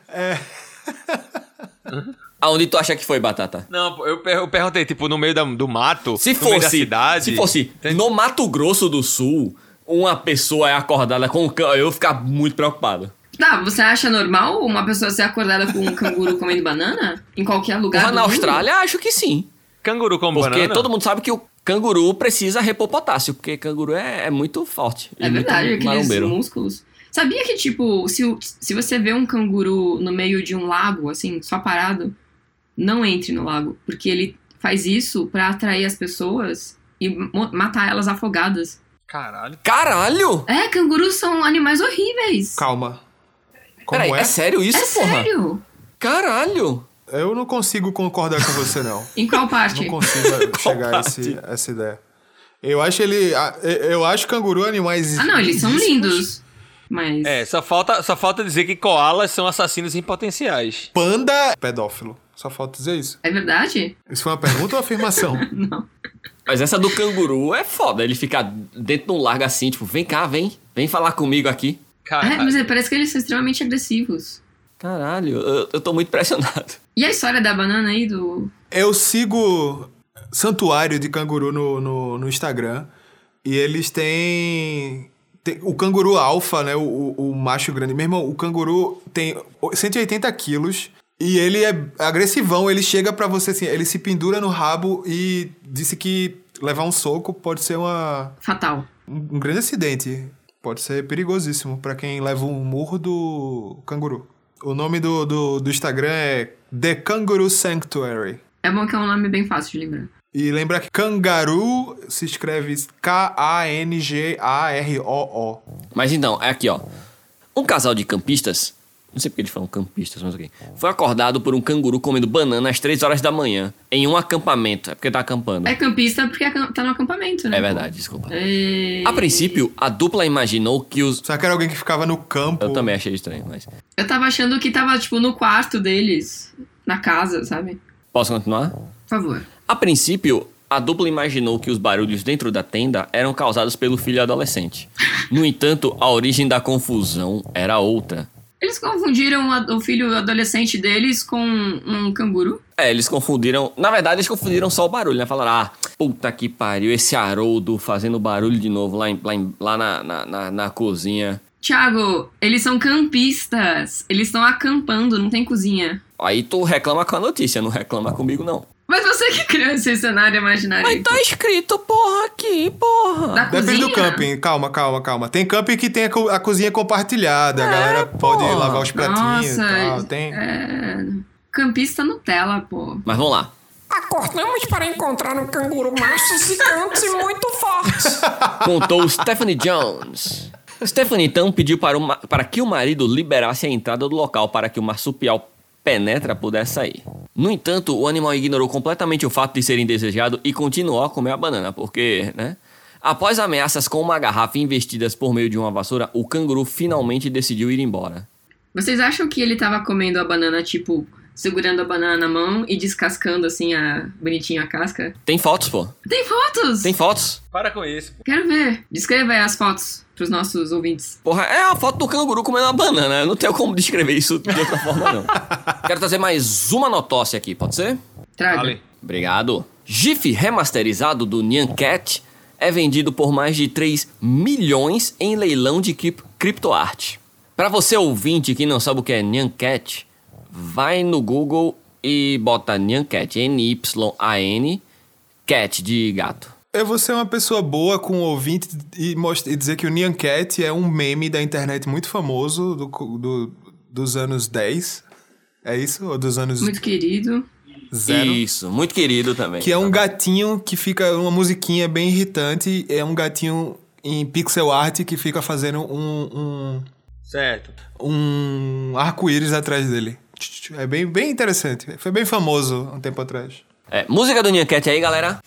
Aonde tu acha que foi, Batata? Não, pô, eu, per- eu perguntei, tipo, no meio da- do mato, Se no meio da fosse, cidade. se fosse Tem- no Mato Grosso do Sul, uma pessoa é acordada com um canguru, eu ia ficar muito preocupado. Tá, você acha normal uma pessoa ser acordada com um canguru comendo banana? Em qualquer lugar Porra, do na mundo? Austrália, acho que sim. Canguru com Porque banana? todo mundo sabe que o canguru precisa repor potássio, porque canguru é, é muito forte. e É verdade, muito aqueles marombeiro. músculos. Sabia que, tipo, se, o- se você vê um canguru no meio de um lago, assim, só parado, não entre no lago. Porque ele faz isso pra atrair as pessoas e mo- matar elas afogadas. Caralho. Caralho! É, cangurus são animais horríveis. Calma. Como Peraí, é? é? sério isso, é porra? sério? Caralho! Eu não consigo concordar com você, não. Em qual parte? Não consigo chegar a esse, essa ideia. Eu acho ele... a- Eu acho canguru animais... Ah, não, eles são lindíssimos. lindos. Mas... É, só falta, só falta dizer que koalas são assassinos em potenciais. Panda pedófilo. Só falta dizer isso. É verdade? Isso foi uma pergunta ou afirmação? Não. Mas essa do canguru é foda, ele fica dentro de um largo assim, tipo, vem cá, vem, vem falar comigo aqui. É, Caralho. mas é, parece que eles são extremamente agressivos. Caralho, eu, eu tô muito impressionado. E a história da banana aí do... Eu sigo Santuário de Canguru no, no, no Instagram. E eles têm... tem o canguru alfa, né? O, o, o macho grande. Meu irmão, o canguru tem cento e oitenta quilos. E ele é agressivão, ele chega pra você assim, ele se pendura no rabo e disse que levar um soco pode ser uma... Fatal. Um, um grande acidente. Pode ser perigosíssimo pra quem leva um murro do canguru. O nome do, do, do Instagram é The Kangaroo Sanctuary. É bom que é um nome bem fácil de lembrar. E lembra que kangaroo se escreve K A N G A R O O. Mas então, é aqui, ó. Um casal de campistas, não sei porque eles falam campistas, mas ok, foi acordado por um canguru comendo banana às três horas da manhã, em um acampamento. É porque tá acampando. É campista porque tá no acampamento, né? É verdade, desculpa. E... A princípio, a dupla imaginou que os... Será que era alguém que ficava no campo? Eu também achei estranho, mas... Eu tava achando que tava, tipo, no quarto deles, na casa, sabe? Posso continuar? Por favor. A princípio, a dupla imaginou que os barulhos dentro da tenda eram causados pelo filho adolescente. No entanto, a origem da confusão era outra. Eles confundiram o filho adolescente deles com um canguru? É, eles confundiram... Na verdade, eles confundiram só o barulho, né? Falaram, ah, puta que pariu, esse Haroldo fazendo barulho de novo lá, em, lá, em, lá na, na, na, na cozinha. Tiago, eles são campistas. Eles estão acampando, não tem cozinha. Aí tu reclama com a notícia, não reclama comigo, não. Mas você que criou esse cenário imaginário. Mas tá escrito, porra, aqui, porra. Da Depende cozinha? do camping. Calma, calma, calma. Tem camping que tem a, co- a cozinha compartilhada. a galera pode porra. lavar os pratinhos Nossa, e tal. Tem... é... Campista Nutella, pô. Mas vamos lá. Acordamos para encontrar um canguru macho gigante e muito forte. Contou Stephanie Jones. Stephanie então pediu para, o ma- para que o marido liberasse a entrada do local para que o marsupial penetra pudesse sair. No entanto, o animal ignorou completamente o fato de ser indesejado e continuou a comer a banana, porque, né? Após ameaças com uma garrafa investidas por meio de uma vassoura, o canguru finalmente decidiu ir embora. Vocês acham que ele tava comendo a banana, tipo, segurando a banana na mão e descascando, assim, a bonitinha a casca? Tem fotos, pô. Tem fotos? Tem fotos. Para com isso. Quero ver. Descreva aí as fotos pros nossos ouvintes. Porra, é a foto do canguru comendo uma banana. Eu não tenho como descrever isso de outra forma, não. Quero trazer mais uma notócia aqui, pode ser? Traga. Ali. Obrigado. GIF remasterizado do Nyan Cat é vendido por mais de três milhões em leilão de crip- criptoarte. Para você ouvinte que não sabe o que é Nyan Cat, vai no Google e bota Nyan Cat, N Y A N, Cat de gato. Eu vou ser uma pessoa boa com o ouvinte e, most- e dizer que o Nyan Cat é um meme da internet muito famoso do, do- dos anos dez. É isso? Ou dos anos Muito querido. zero? Isso, muito querido também. Que é um gatinho que fica... Uma musiquinha bem irritante. É um gatinho em pixel art que fica fazendo um... Certo. um, um arco-íris atrás dele. É bem, bem interessante. Foi bem famoso um tempo atrás. É, música do Nyan Cat aí, galera.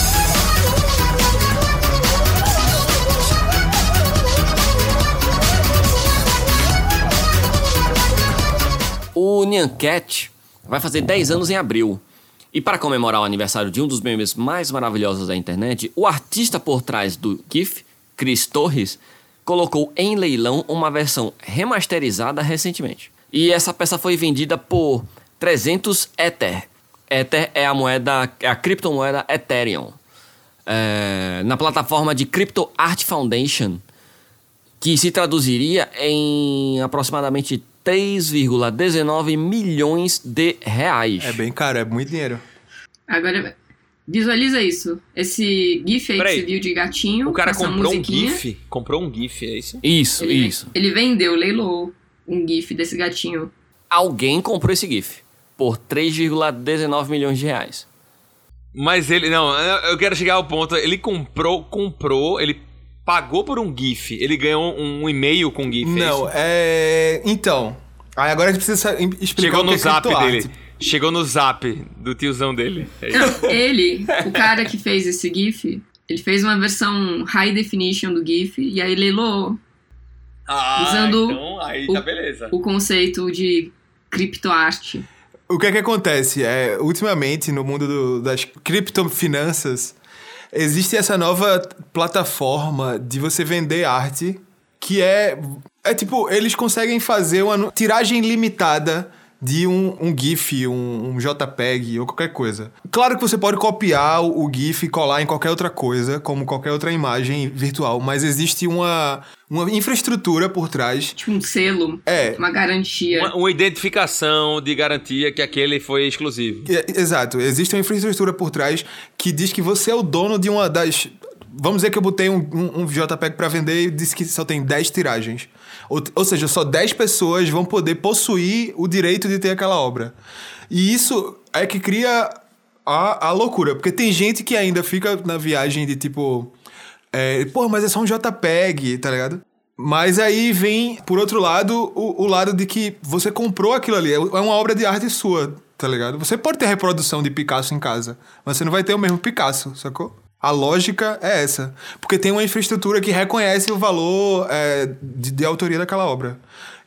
O Nyan Cat vai fazer dez anos em abril. E para comemorar o aniversário de um dos memes mais maravilhosos da internet, o artista por trás do GIF, Chris Torres, colocou em leilão uma versão remasterizada recentemente. E essa peça foi vendida por trezentos Ether. Ether é a moeda, é a criptomoeda Ethereum. É, na plataforma de Crypto Art Foundation, que se traduziria em aproximadamente três vírgula dezenove milhões de reais. É bem caro, é muito dinheiro. Agora, visualiza isso. Esse GIF aí Peraí. que você viu de gatinho. O cara com essa comprou um musiquinha. GIF? Comprou um GIF, é isso? Isso, Ele, isso. Ele vendeu, leilou um GIF desse gatinho. Alguém comprou esse GIF por três vírgula dezenove milhões de reais. Mas ele, não, eu quero chegar ao ponto, ele comprou, comprou, ele pagou por um GIF, ele ganhou um, um e-mail com GIF, é Não, isso? é... Então... Aí agora a gente precisa sa- explicar Chegou o que no é zap criptoarte. dele, chegou no zap do tiozão dele. É isso. Não, ele, o cara que fez esse GIF, ele fez uma versão high definition do GIF e aí leilou Ah, Usando então aí o- tá beleza. o conceito de criptoarte. O que é que acontece? É, ultimamente, no mundo do- das criptofinanças, existe essa nova plataforma de você vender arte, que é... É tipo, eles conseguem fazer uma nu- tiragem limitada de um, um GIF, um, um JPEG ou qualquer coisa. Claro que você pode copiar o, o GIF e colar em qualquer outra coisa, como qualquer outra imagem virtual, mas existe uma, uma infraestrutura por trás. Tipo um selo, É. uma garantia. Uma, uma identificação de garantia que aquele foi exclusivo. É, exato, existe uma infraestrutura por trás que diz que você é o dono de uma das... Vamos dizer que eu botei um, um, um JPEG pra vender e disse que só tem dez tiragens. Ou, ou seja, só dez pessoas vão poder possuir o direito de ter aquela obra. E isso é que cria a, a loucura. Porque tem gente que ainda fica na viagem de tipo... É, Pô, mas é só um JPEG, tá ligado? Mas aí vem, por outro lado, o, o lado de que você comprou aquilo ali. É uma obra de arte sua, tá ligado? Você pode ter reprodução de Picasso em casa, mas você não vai ter o mesmo Picasso, sacou? A lógica é essa. Porque tem uma infraestrutura que reconhece o valor é, de, de autoria daquela obra.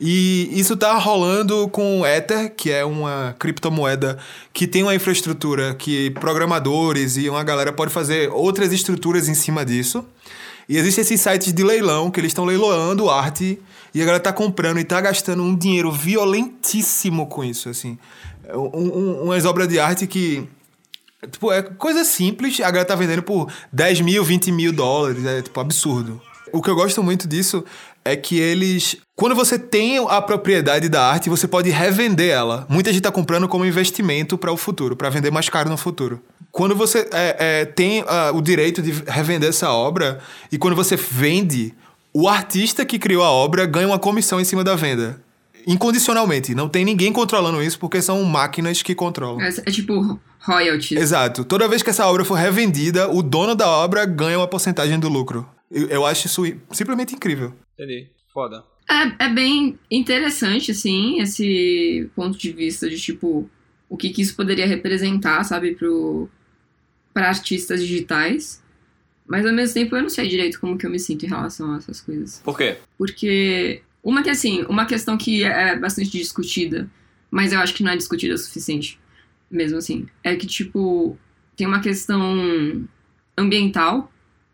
E isso tá rolando com o Ether, que é uma criptomoeda que tem uma infraestrutura que programadores e uma galera pode fazer outras estruturas em cima disso. E existem esses sites de leilão que eles estão leiloando arte e a galera tá comprando e tá gastando um dinheiro violentíssimo com isso, assim. Um, um, umas obras de arte que... Tipo, é coisa simples, a galera tá vendendo por dez mil, vinte mil dólares, é tipo absurdo. O que eu gosto muito disso é que eles... Quando você tem a propriedade da arte, você pode revender ela. Muita gente tá comprando como investimento para o futuro, para vender mais caro no futuro. Quando você é, é, tem uh, o direito de revender essa obra, e quando você vende, o artista que criou a obra ganha uma comissão em cima da venda. Incondicionalmente. Não tem ninguém controlando isso, porque são máquinas que controlam. É, é tipo royalties. Exato. Toda vez que essa obra for revendida, o dono da obra ganha uma porcentagem do lucro. Eu, eu acho isso simplesmente incrível. Entendi. Foda. É, é bem interessante, assim, esse ponto de vista de, tipo, o que, que isso poderia representar, sabe, pro, pra artistas digitais. Mas, ao mesmo tempo, eu não sei direito como que eu me sinto em relação a essas coisas. Por quê? Porque, uma que, assim, uma questão que é bastante discutida, mas eu acho que não é discutida o suficiente, mesmo assim, é que, tipo, tem uma questão ambiental,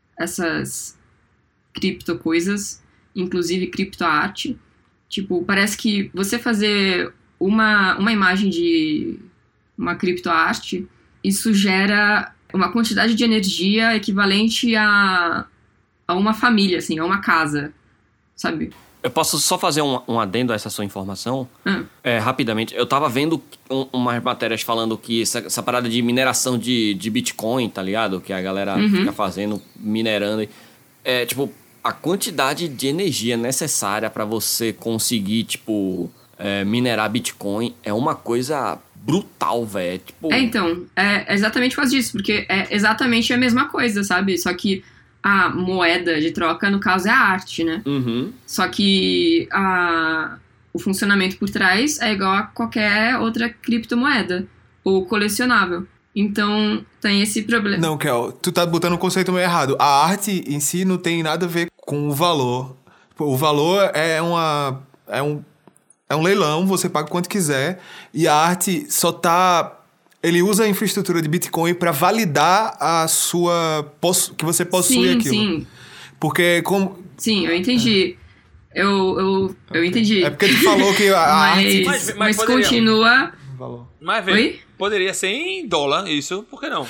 essas cripto coisas, inclusive criptoarte. Tipo, parece que você fazer uma, uma imagem de uma criptoarte, isso gera uma quantidade de energia equivalente a, a uma família, assim, a uma casa, sabe? Eu posso só fazer um, um adendo a essa sua informação? Ah. É, rapidamente. Eu tava vendo um, umas matérias falando que essa, essa parada de mineração de, de Bitcoin, tá ligado? Que a galera Uhum. fica fazendo, minerando. É, tipo, a quantidade de energia necessária pra você conseguir, tipo, é, minerar Bitcoin é uma coisa brutal, velho. Tipo... É, então, é exatamente por causa disso, porque é exatamente a mesma coisa, sabe? Só que a moeda de troca, no caso, é a arte, né? Uhum. Só que a, o funcionamento por trás é igual a qualquer outra criptomoeda ou colecionável. Então, tem esse problema. Não, Kel, tu tá botando um conceito meio errado. A arte em si não tem nada a ver com o valor. O valor é uma... É um, é um leilão, você paga quanto quiser. E a arte só tá... Ele usa a infraestrutura de Bitcoin para validar a sua... Possu- que você possui sim, aquilo. sim. Porque como... Sim, eu entendi. Eu, eu, eu entendi. É porque tu falou que a, a Mas, arte... Mas- mas mas poderia- continua... Valor. Mas, Oi? velho, poderia ser em dólar, isso, por que não?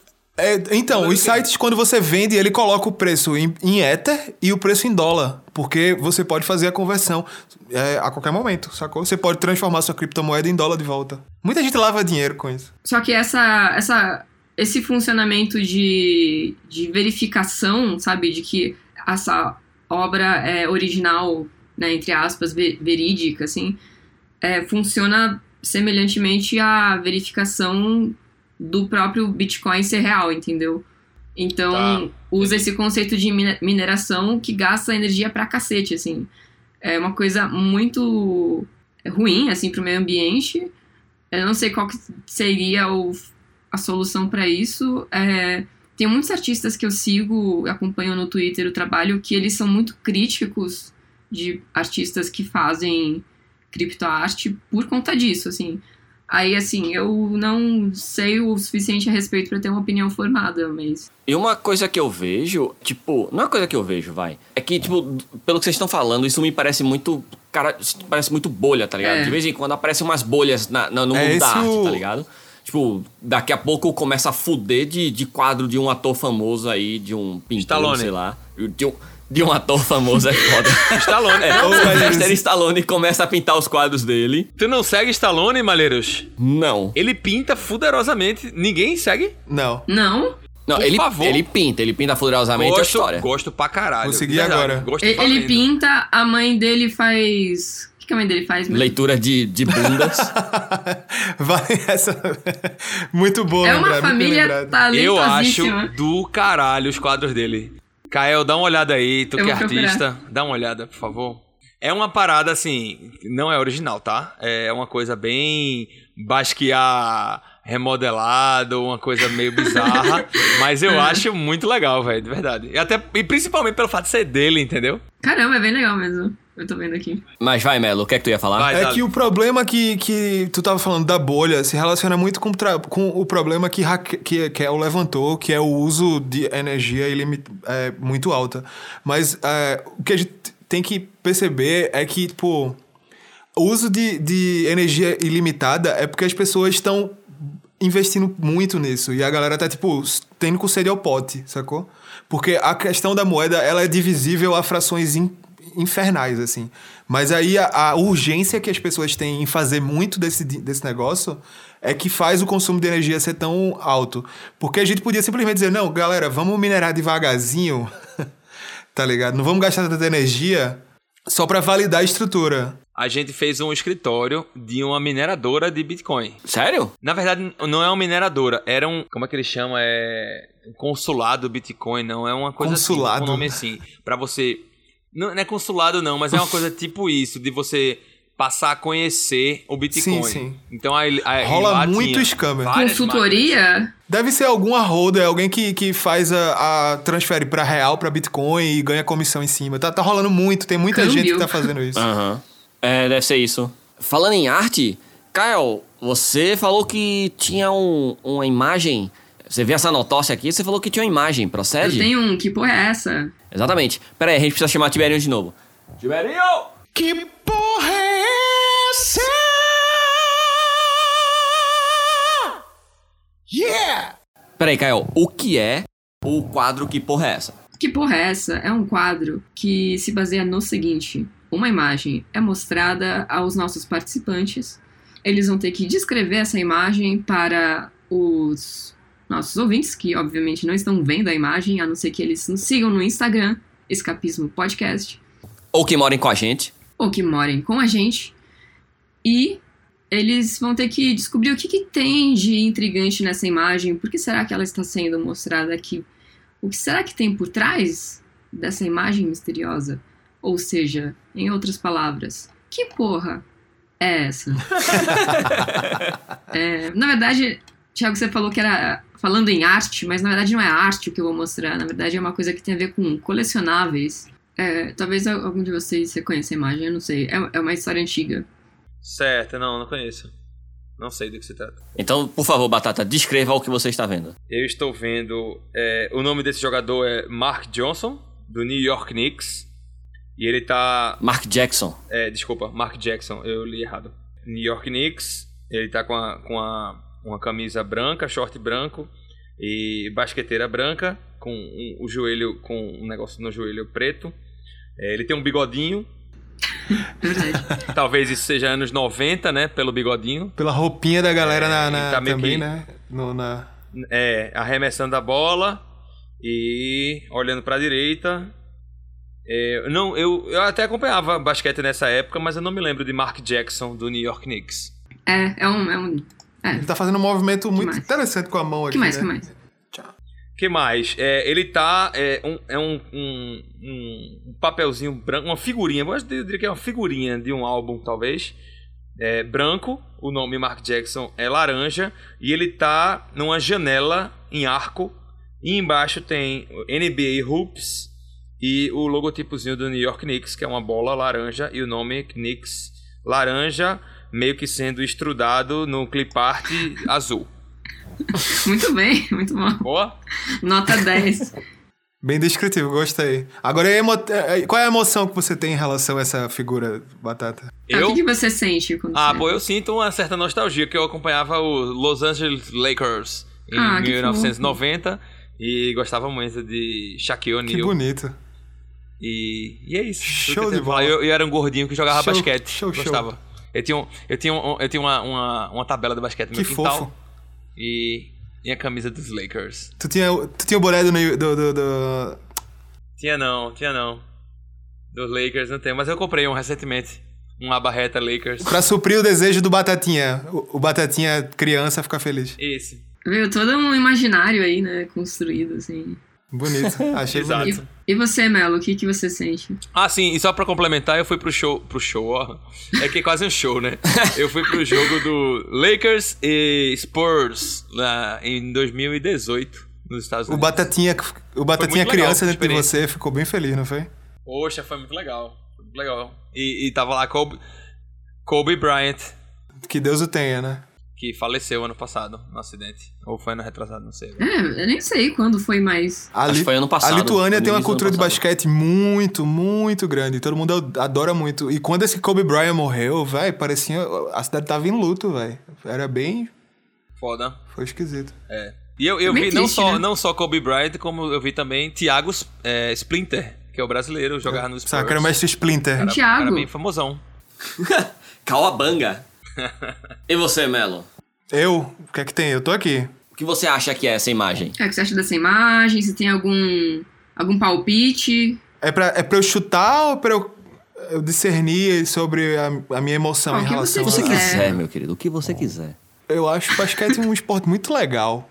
É, então, os sites, quando você vende, ele coloca o preço em, em Ether e o preço em dólar. Porque você pode fazer a conversão é, a qualquer momento, sacou? Você pode transformar sua criptomoeda em dólar de volta. Muita gente lava dinheiro com isso. Só que essa, essa, esse funcionamento de, de verificação, sabe? De que essa obra é original, né, entre aspas, ve- verídica, assim, é, funciona semelhantemente à verificação do próprio Bitcoin ser real, entendeu? Então, Tá, usa entendi. esse conceito de mine- mineração que gasta energia pra cacete, assim. É uma coisa muito ruim, assim, pro meio ambiente. Eu não sei qual que seria o, a solução pra isso. É, tem muitos artistas que eu sigo, acompanho no Twitter o trabalho, que eles são muito críticos de artistas que fazem criptoarte por conta disso, assim. Aí, assim, eu não sei o suficiente a respeito pra ter uma opinião formada, mas... E uma coisa que eu vejo, tipo... Não é uma coisa que eu vejo, vai. É que, tipo, pelo que vocês estão falando, isso me parece muito... Cara, isso parece muito bolha, tá ligado? É. De vez em quando aparecem umas bolhas na, na, no É mundo da esse arte, o- tá ligado? Tipo, daqui a pouco começa a fuder de, de quadro de um ator famoso aí, de um pintor, Stallone. sei lá. De um, de um ator famoso, é foda. Stallone. É, Ô, o mas- Sylvester Stallone começa a pintar os quadros dele. Tu não segue Stallone, Malheiros? Não. Ele pinta fuderosamente. Ninguém segue? Não. Não, Não, Por ele, favor. ele pinta, ele pinta fuderosamente a Gosto, história. gosto pra caralho. Vou seguir Verdade, agora. Gosto ele, ele valendo. pinta, a mãe dele faz... O que, que a mãe dele faz mesmo? Leitura de, de bundas. Vai essa. Muito boa, É uma lembrar, muito família lembrado. Eu acho talentosíssima. do caralho os quadros dele. Kael, dá uma olhada aí, tu Eu que é vou procurar. artista. Dá uma olhada, por favor. É uma parada assim, não é original, tá? É uma coisa bem Basquiat remodelado, uma coisa meio bizarra. Mas eu acho muito legal, velho, de verdade. E, até, e principalmente pelo fato de ser dele, entendeu? Caramba, é bem legal mesmo. Eu tô vendo aqui. Mas vai, Melo, o que é que tu ia falar? Vai. É Dale. que o problema que, que tu tava falando da bolha se relaciona muito com, tra- com o problema que, Raque- que Kel levantou, que é o uso de energia ilimi- é, muito alta. Mas é, o que a gente tem que perceber é que, tipo, o uso de, de energia ilimitada é porque as pessoas estão investindo muito nisso. E a galera tá, tipo, tendo com sede ao pote, sacou? Porque a questão da moeda, ela é divisível a frações in- infernais, assim. Mas aí a, a urgência que as pessoas têm em fazer muito desse, di- desse negócio é que faz o consumo de energia ser tão alto. Porque a gente podia simplesmente dizer, não, galera, vamos minerar devagarzinho, tá ligado? Não vamos gastar tanta energia só pra validar a estrutura. A gente fez um escritório de uma mineradora de Bitcoin. Sério? Na verdade, não é uma mineradora, era um... Como é que ele chama? É... Um consulado Bitcoin, não. É uma coisa Consulado. assim, um nome assim. Pra você... Não, não é consulado não, mas é uma coisa tipo isso, de você passar a conhecer o Bitcoin. Sim, sim. Então, aí, aí Rola lá muito tinha scammer. várias Consultoria? Deve ser alguma holder, alguém que, que faz a, a transfere pra real, pra Bitcoin e ganha comissão em cima. Tá, tá rolando muito, tem muita Câmbio. gente que tá fazendo isso. Aham. É, deve ser isso. Falando em arte, Kyle, você falou que tinha um, uma imagem... Você viu essa notócia aqui, você falou que tinha uma imagem, Eu procede? tenho um, que porra é essa? Exatamente. Pera aí, a gente precisa chamar Tiberinho de novo. Tiberinho! Que porra é essa? Yeah! Pera aí, Kyle, o que é o quadro Que Porra é Essa? Que porra é essa? É um quadro que se baseia no seguinte: uma imagem é mostrada aos nossos participantes, eles vão ter que descrever essa imagem para os nossos ouvintes, que obviamente não estão vendo a imagem, a não ser que eles nos sigam no Instagram, Escapismo Podcast, Ou que morem com a gente. ou que morem com a gente, e eles vão ter que descobrir o que, que tem de intrigante nessa imagem, por que será que ela está sendo mostrada aqui, o que será que tem por trás dessa imagem misteriosa? Ou seja, em outras palavras, que porra é essa? É, na verdade, Thiago, você falou que era falando em arte, mas na verdade não é arte o que eu vou mostrar, na verdade é uma coisa que tem a ver com colecionáveis. É, talvez algum de vocês reconheça a imagem, eu não sei. É, é uma história antiga. Certo, não, não conheço. Não sei do que se trata. Então, por favor, Batata, descreva o que você está vendo. Eu estou vendo... é, o nome desse jogador é Mark Johnson, do New York Knicks. E ele tá... Mark Jackson. É, desculpa, Mark Jackson, eu li errado. New York Knicks, ele tá com, a, com a, uma camisa branca, short branco e basqueteira branca, com um, o joelho, com um negócio no joelho preto. É, ele tem um bigodinho, Verdade. talvez isso seja anos noventa, né, pelo bigodinho. Pela roupinha da galera É, na, ele na- tá meio também, que- né? No, na... É, arremessando a bola e olhando pra direita. É, não, eu, eu até acompanhava basquete nessa época, mas eu não me lembro de Mark Jackson, do New York Knicks. É, é um... É um é. Ele tá fazendo um movimento muito mais? interessante com a mão aqui, que mais, né? que mais? Que mais? É, ele tá. É, um, é um, um, um papelzinho branco, uma figurinha. Eu diria que é uma figurinha de um álbum, talvez. É, branco. O nome Mark Jackson é laranja. E ele tá numa janela em arco. E embaixo tem N B A Hoops e o logotipozinho do New York Knicks, que é uma bola laranja. E o nome Knicks laranja meio que sendo estrudado no clip art azul. Muito bem, muito bom. Boa? Nota dez. Bem descritivo, gostei. Agora, e a emo- eh, qual é a emoção que você tem em relação a essa figura, Batata? Ah, Eu? O que, que você sente quando Ah, você... pô, eu sinto uma certa nostalgia, que eu acompanhava o Los Angeles Lakers em Ah, que mil novecentos e noventa e gostava muito de Shaquille Que O'Neal. bonito. E, e é isso. Tudo Show que eu de tenho pra bola. falar. Eu, eu era um gordinho que jogava Show, basquete. show, show. Gostava. Eu tinha, um, eu tinha, um, eu tinha uma, uma, uma tabela de basquete no Que meu quintal. fofo. E minha camisa dos Lakers. Tu tinha, tu tinha o boné do, do, do, do... Tinha não, tinha não. Dos Lakers não tem, mas eu comprei um recentemente. Uma barreta Lakers. Pra suprir o desejo do Batatinha. O, o Batatinha criança fica feliz. Isso. Veio todo um imaginário aí, né? Construído, assim. Bonito. Achei Exato. bonito. E, e você, Melo, o que, que você sente? Ah, sim, e só pra complementar, eu fui pro show. Pro show, ó. É que é quase um show, né? Eu fui pro jogo do Lakers e Spurs lá em dois mil e dezoito, nos Estados O Unidos. Batatinha, o Batatinha muito criança legal, dentro de experiência. você ficou bem feliz, não foi? Poxa, foi muito legal. Foi muito legal. E, e tava lá Kobe, Kobe Bryant, Que Deus o tenha, né? que faleceu ano passado no acidente. Ou foi ano retrasado, não sei. É, eu nem sei quando foi mais. A, Acho que foi ano passado, a Lituânia foi no tem uma início do cultura ano de passado. basquete muito, muito grande. Todo mundo adora muito. E quando esse Kobe Bryant morreu, velho, parecia... A cidade tava em luto, velho. Era bem... Foda. Foi esquisito. É. E eu, eu Também vi não, triste, só, né? não só Kobe Bryant, como eu vi também Thiago é, Splinter, que é o brasileiro, jogar no Spurs. Sabe, era o mestre Splinter. Cara, Thiago. cara bem famosão. Cauabanga. E você, Melo? Eu? O que é que tem? Eu tô aqui. O que você acha que é essa imagem? É, o que você acha dessa imagem? Se tem algum, algum palpite? É pra, é pra eu chutar ou pra eu, eu discernir sobre a, a minha emoção Ah, o em que relação O que você a... É. quiser, meu querido. O que você quiser. Eu acho o basquete um esporte muito legal.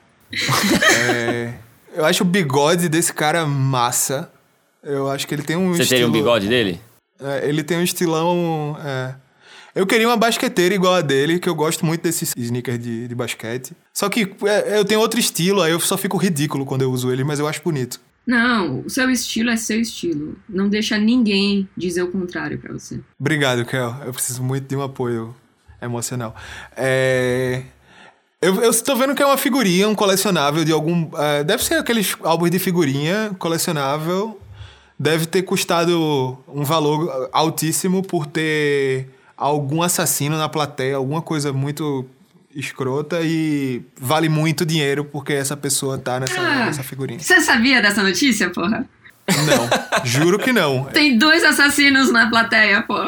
É, eu acho o bigode desse cara massa. Eu acho que ele tem um Você estilo... teria um bigode dele? É, ele tem um estilão... é. Eu queria uma basqueteira igual a dele, que eu gosto muito desses sneakers de, de basquete. Só que é, eu tenho outro estilo, aí eu só fico ridículo quando eu uso ele, mas eu acho bonito. Não, o seu estilo é seu estilo. Não deixa ninguém dizer o contrário pra você. Obrigado, Kel. Eu preciso muito de um apoio emocional. É... Eu, eu estou vendo que é uma figurinha, um colecionável de algum... é, deve ser aqueles álbuns de figurinha colecionável. Deve ter custado um valor altíssimo por ter algum assassino na plateia, alguma coisa muito escrota, e vale muito dinheiro porque essa pessoa tá nessa, Ah. nessa figurinha. Você sabia dessa notícia, porra? Não, juro que não. Tem dois assassinos na plateia, porra.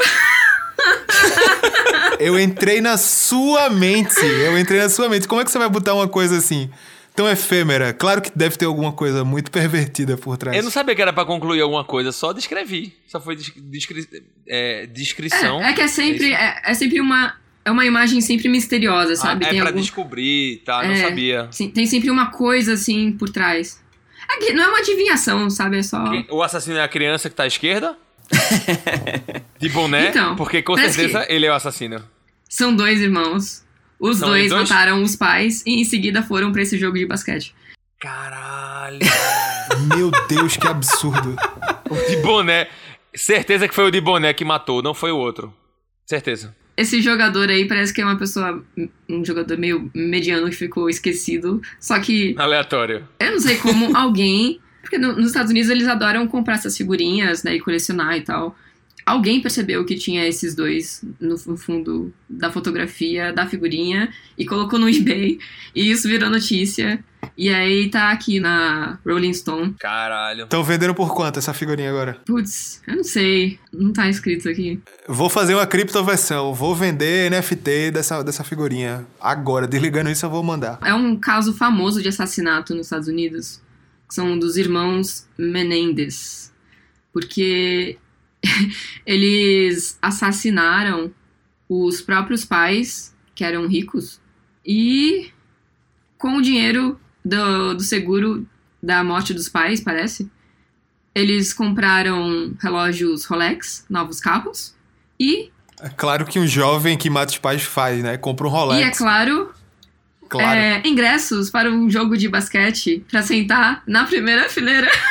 Eu entrei na sua mente. Eu entrei na sua mente. Como é que você vai botar uma coisa assim, tão efêmera? Claro que deve ter alguma coisa muito pervertida por trás. Eu não sabia que era pra concluir alguma coisa, só descrevi. Só foi des- descri- é, descrição. É, é que é sempre, é, é sempre uma, é uma imagem sempre misteriosa, Ah, sabe? é Tem pra algum- descobrir, tá? Não é, sabia. sim, tem sempre uma coisa assim por trás. É que não é uma adivinhação, sabe? É só. Quem- O assassino é a criança que tá à esquerda? De boné? Então, porque com parece certeza que- ele é o assassino. São dois irmãos. Os São dois, eles dois? mataram os pais e em seguida foram pra esse jogo de basquete. Caralho. Meu Deus, que absurdo. O de boné. Certeza que foi o de boné que matou, não foi o outro. Certeza. Esse jogador aí parece que é uma pessoa, um jogador meio mediano que ficou esquecido. Só que Aleatório. eu não sei como alguém... Porque no- nos Estados Unidos eles adoram comprar essas figurinhas, né, e colecionar e tal. Alguém percebeu que tinha esses dois no, no fundo da fotografia, da figurinha, e colocou no eBay. E isso virou notícia. E aí tá aqui na Rolling Stone. Caralho. Estão vendendo por quanto essa figurinha agora? Putz, eu não sei. Não tá escrito aqui. Vou fazer uma criptoversão. Vou vender N F T dessa, dessa figurinha. Agora, desligando isso, eu vou mandar. É um caso famoso de assassinato nos Estados Unidos. Que são dos irmãos Menendez. Porque eles assassinaram os próprios pais, que eram ricos, e com o dinheiro do, do seguro da morte dos pais, parece, eles compraram relógios Rolex, novos carros, e, É claro que um jovem que mata os pais faz, né? Compra um Rolex. e é claro, Claro. é, ingressos para um jogo de basquete pra sentar na primeira fileira.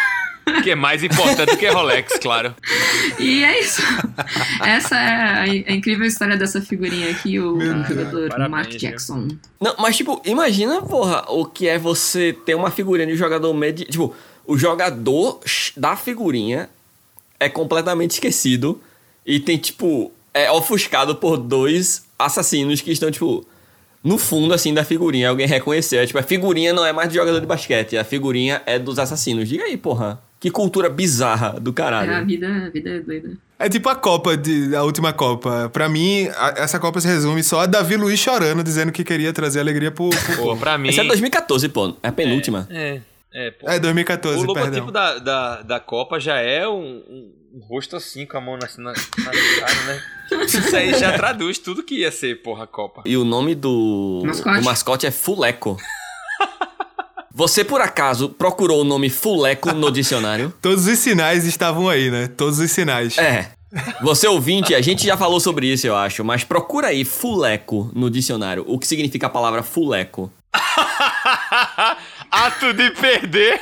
Que é mais importante que Rolex, claro. E é isso. Essa é a, a incrível história dessa figurinha aqui, o Meu jogador Parabéns, Mark viu? Jackson. Não, mas tipo, imagina, porra, o que é você ter uma figurinha de jogador médio. Tipo, o jogador da figurinha é completamente esquecido e tem, tipo, é ofuscado por dois assassinos que estão, tipo, no fundo, assim, da figurinha. Alguém reconheceu. É, tipo, a figurinha não é mais de jogador de basquete, a figurinha é dos assassinos. Diga aí, porra. Que cultura bizarra do caralho. É, a vida, a vida é doida. É tipo a Copa, de, a última Copa. Pra mim, a, essa Copa se resume só a Davi Luiz chorando, dizendo que queria trazer alegria pro... pro... Pô, pra mim... Essa é dois mil e catorze, pô. É a penúltima. É, é, pô. É, dois mil e catorze, O logotipo perdão. da, da, da Copa já é um, um, um rosto assim, com a mão na, na, na cara, né? Isso aí já traduz tudo que ia ser, porra, a Copa. E o nome do Mascote. do mascote é Fuleco. Você, por acaso, procurou o nome Fuleco no dicionário? Todos os sinais estavam aí, né? Todos os sinais. É. Você ouvinte, a gente já falou sobre isso, eu acho, mas procura aí Fuleco no dicionário. O que significa a palavra Fuleco? Ato de perder.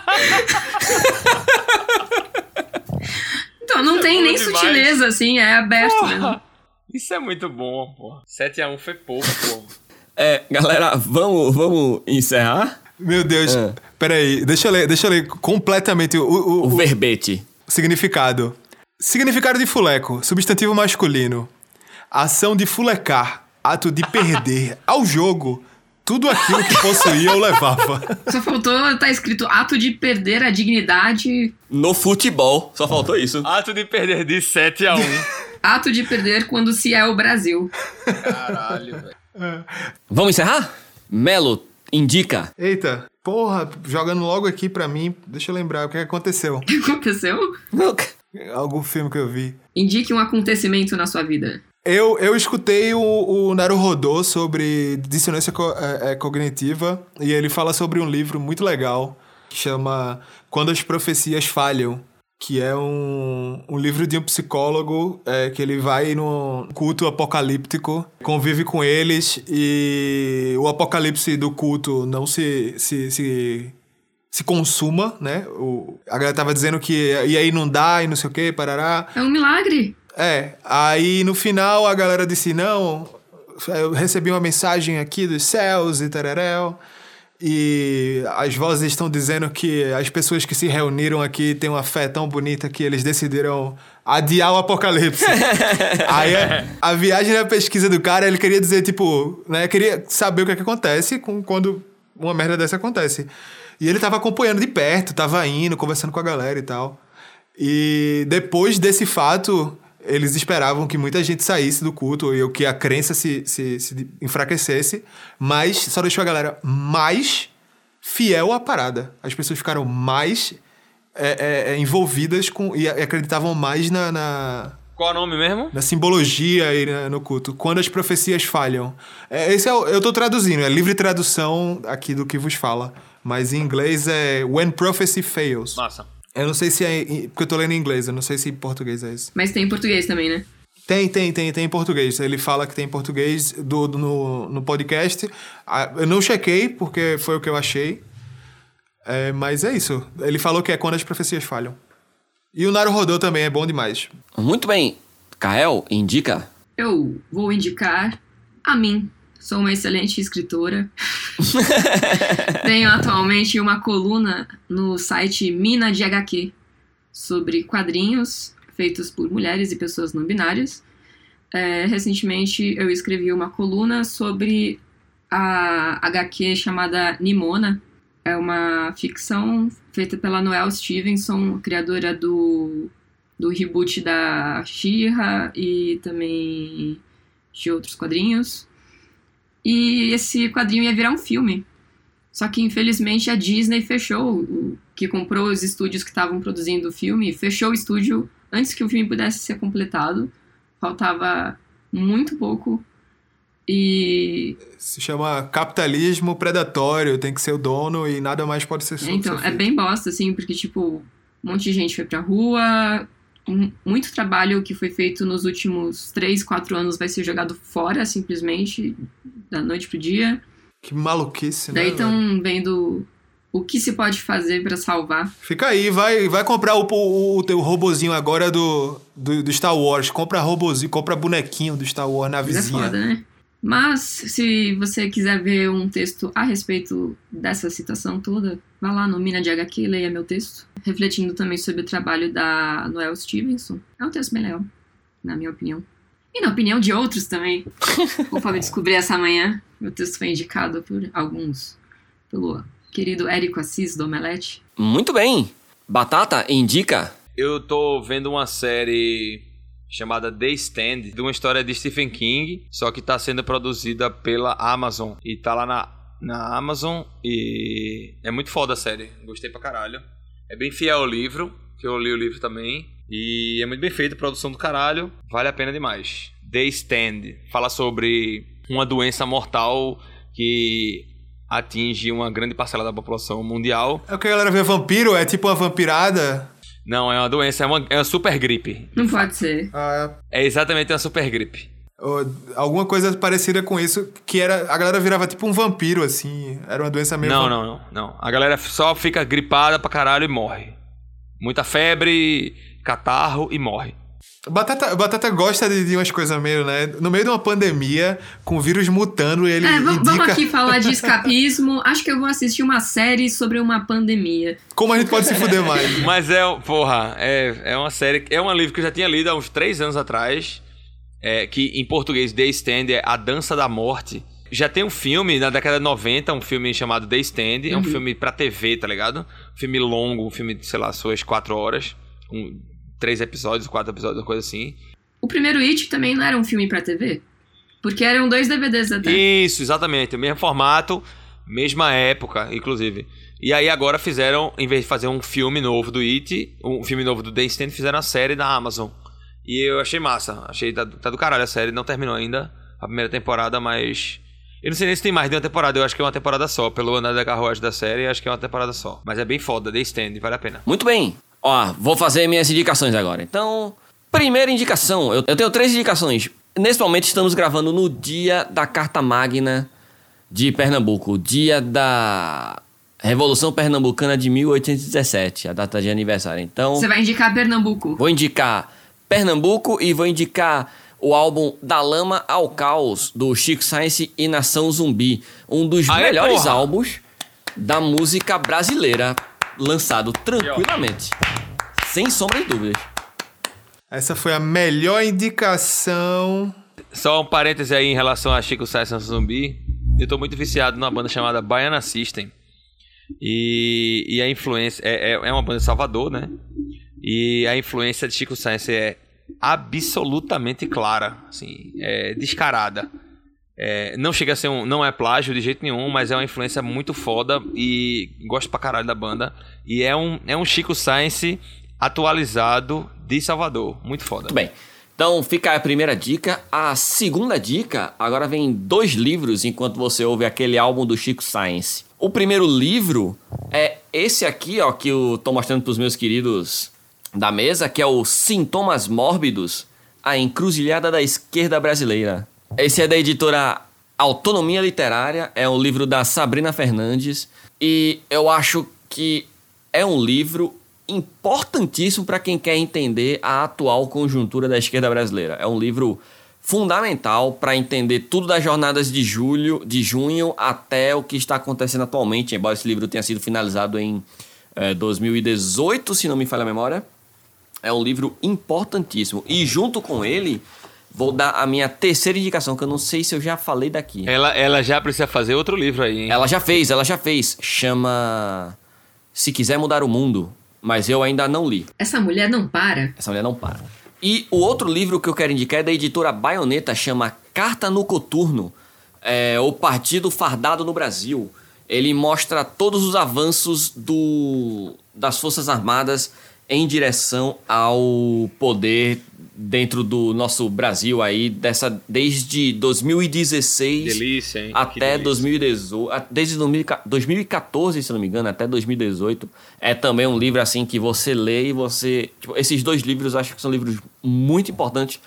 Então, não tem bom nem demais. sutileza, assim, é aberto mesmo. Porra, isso é muito bom, porra. sete a um foi pouco, porra. É, galera, vamos, vamos encerrar? Meu Deus, É. peraí, deixa eu ler, deixa eu ler completamente o, o, O o verbete. significado. Significado de fuleco, substantivo masculino. Ação de fulecar, ato de perder ao jogo tudo aquilo que possuía ou levava. Só faltou, tá escrito ato de perder a dignidade, No futebol, só faltou isso. Ato de perder de sete a um. ato de perder quando se é o Brasil. Caralho, velho. Vamos encerrar? Melo, indica. Eita, porra, jogando logo aqui pra mim, deixa eu lembrar o que aconteceu. O que aconteceu? Algum filme que eu vi. Indique um acontecimento na sua vida. Eu, eu escutei o, o Naruhodô sobre dissonância co- é, é, cognitiva e ele fala sobre um livro muito legal que chama Quando as Profecias Falham, que é um, um livro de um psicólogo é, que ele vai num culto apocalíptico, convive com eles e o apocalipse do culto não se, se, se, se consuma, né? O, a galera tava dizendo que ia inundar e não sei o que, parará. É um milagre. É, aí no final a galera disse, não, eu recebi uma mensagem aqui dos céus e tararéu, e as vozes estão dizendo que as pessoas que se reuniram aqui têm uma fé tão bonita que eles decidiram adiar o apocalipse. Aí a, a viagem da pesquisa do cara, ele queria dizer, tipo, né, queria saber o que é que acontece com, quando uma merda dessa acontece. E ele tava acompanhando de perto, tava indo, conversando com a galera e tal. E depois desse fato, eles esperavam que muita gente saísse do culto e que a crença se, se, se enfraquecesse, mas só deixou a galera mais fiel à parada. As pessoas ficaram mais é, é, envolvidas com, e acreditavam mais na, na, Qual é o nome mesmo? na simbologia e na- no culto. Quando as profecias falham. É, esse é o, eu tô traduzindo, é livre tradução aqui do que vos fala. Mas em inglês é When Prophecy Fails. Massa. Eu não sei se é... em- porque eu tô lendo em inglês, eu não sei se em português é isso. Mas tem em português também, né? Tem, tem, tem, tem em português. Ele fala que tem em português do, do- no, no podcast. Ah, eu não chequei, porque foi o que eu achei. É, mas é isso. Ele falou que é quando as profecias falham. E o Naruhodô também é bom demais. Muito bem. Kael, indica. Eu vou indicar a mim. Sou uma excelente escritora. Tenho atualmente uma coluna no site Mina de H Q sobre quadrinhos feitos por mulheres e pessoas não binárias. É, recentemente eu escrevi uma coluna sobre a H Q chamada Nimona. É uma ficção feita pela Noelle Stevenson, criadora do, do reboot da She-Ra e também de outros quadrinhos. E esse quadrinho ia virar um filme. Só que, infelizmente, a Disney fechou, o- que comprou os estúdios que estavam produzindo o filme, fechou o estúdio antes que o filme pudesse ser completado. Faltava muito pouco. E... Se chama capitalismo predatório, tem que ser o dono e nada mais pode ser É, su- então, ser é feito. bem bosta, assim, porque, tipo, um monte de gente foi pra rua, um- muito trabalho que foi feito nos últimos três, quatro anos vai ser jogado fora, simplesmente, da noite pro dia. Que maluquice, né? Daí velho? estão vendo o que se pode fazer pra salvar. Fica aí, vai, vai comprar o, o, o teu robozinho agora do, do, do Star Wars. Compra robozinho, compra bonequinho do Star Wars na Mas é vizinha. foda, né? Mas, se você quiser ver um texto a respeito dessa situação toda, vá lá no Mina de H Q e leia meu texto. Refletindo também sobre o trabalho da Noelle Stevenson. É um texto bem legal, na minha opinião. E na opinião de outros também. Conforme descobri essa manhã, meu texto foi indicado por alguns. Pelo querido Érico Assis, do Omelete. Muito bem. Batata, indica. Eu tô vendo uma série chamada The Stand, de uma história de Stephen King, só que tá sendo produzida pela Amazon. E tá lá na, na Amazon e é muito foda a série. Gostei pra caralho. É bem fiel ao livro, que eu li o livro também. E é muito bem feito, produção do caralho. Vale a pena demais. The Stand fala sobre uma doença mortal que atinge uma grande parcela da população mundial. É o que a galera vê vampiro? É tipo uma vampirada? Não, é uma doença, é uma, é uma super gripe. Não pode ser. Ah, É exatamente uma super gripe. ou alguma coisa parecida com isso, que era... A galera virava tipo um vampiro, assim. Era uma doença meio... Não, vamp- não, não, não. A galera só fica gripada pra caralho e morre. Muita febre, catarro e morre. Batata, Batata gosta de, de umas coisas meio, né? No meio de uma pandemia, com o vírus mutando, ele É, v- indica... vamos aqui falar de escapismo. Acho que eu vou assistir uma série sobre uma pandemia. Como a gente pode se fuder mais? Mas é, porra, é, é uma série... É um livro que eu já tinha lido há uns três anos atrás. É, que em português, The Stand, é A Dança da Morte. Já tem um filme na década de noventa, um filme chamado The Stand. É um filme pra T V, tá ligado? Um filme longo, um filme de, sei lá, suas quatro horas. Com três episódios, quatro episódios, uma coisa assim. O primeiro It também não era um filme pra T V? Porque eram dois D V Ds até. Isso, exatamente. O mesmo formato, mesma época, inclusive. E aí agora fizeram, em vez de fazer um filme novo do It, um filme novo do The Stand, fizeram a série da Amazon. E eu achei massa. Achei tá, tá do caralho a série. Não terminou ainda a primeira temporada, mas... Eu não sei nem se tem mais de uma temporada. Eu acho que é uma temporada só. Pelo andar da carruagem da série, acho que é uma temporada só. Mas é bem foda, The Stand, vale a pena. Muito bem. Ó, vou fazer minhas indicações agora. Então, primeira indicação. Eu, eu tenho três indicações. Nesse momento estamos gravando no dia da Carta Magna de Pernambuco. Dia da Revolução Pernambucana de mil oitocentos e dezessete. A data de aniversário. Então, Você vai indicar Pernambuco. vou indicar Pernambuco e vou indicar o álbum Da Lama ao Caos, do Chico Science e Nação Zumbi. Um dos Aê, melhores porra! álbuns da música brasileira, lançado tranquilamente. Sem sombra de dúvidas. Essa foi a melhor indicação. Só um parêntese aí em relação a Chico Science e Zumbi. Eu tô muito viciado numa banda chamada Baiana System. E, e a influência... É, é, é uma banda de Salvador, né? E a influência de Chico Science é absolutamente clara, assim, é descarada. É, não chega a ser um... Não é plágio de jeito nenhum, mas é uma influência muito foda e gosto pra caralho da banda. E é um, é um Chico Science atualizado de Salvador. Muito foda. Muito bem. Então fica a primeira dica. A segunda dica, agora vem dois livros enquanto você ouve aquele álbum do Chico Science. O primeiro livro é esse aqui, ó, que eu tô mostrando pros meus queridos da mesa, que é o Sintomas Mórbidos, a encruzilhada da esquerda brasileira. Esse é da editora Autonomia Literária, é um livro da Sabrina Fernandes e eu acho que é um livro importantíssimo para quem quer entender a atual conjuntura da esquerda brasileira. É um livro fundamental para entender tudo das jornadas de julho, de junho até o que está acontecendo atualmente, embora esse livro tenha sido finalizado em eh, dois mil e dezoito, se não me falha a memória. É um livro importantíssimo. E junto com ele, vou dar a minha terceira indicação, que eu não sei se eu já falei daqui. Ela, ela já precisa fazer outro livro aí, hein? Ela já fez, ela já fez. Chama Se Quiser Mudar o Mundo, mas eu ainda não li. Essa mulher não para. Essa mulher não para. E o outro livro que eu quero indicar é da editora Baioneta, chama Carta no Coturno, é, o Partido Fardado no Brasil. Ele mostra todos os avanços do, das Forças Armadas em direção ao poder dentro do nosso Brasil aí, dessa, desde dois mil e dezesseis Delícia, hein? Que até delícia. dois mil e dezoito, desde dois mil e quatorze, se não me engano, até dois mil e dezoito. É também um livro assim que você lê e você... Tipo, esses dois livros eu acho que são livros muito importantes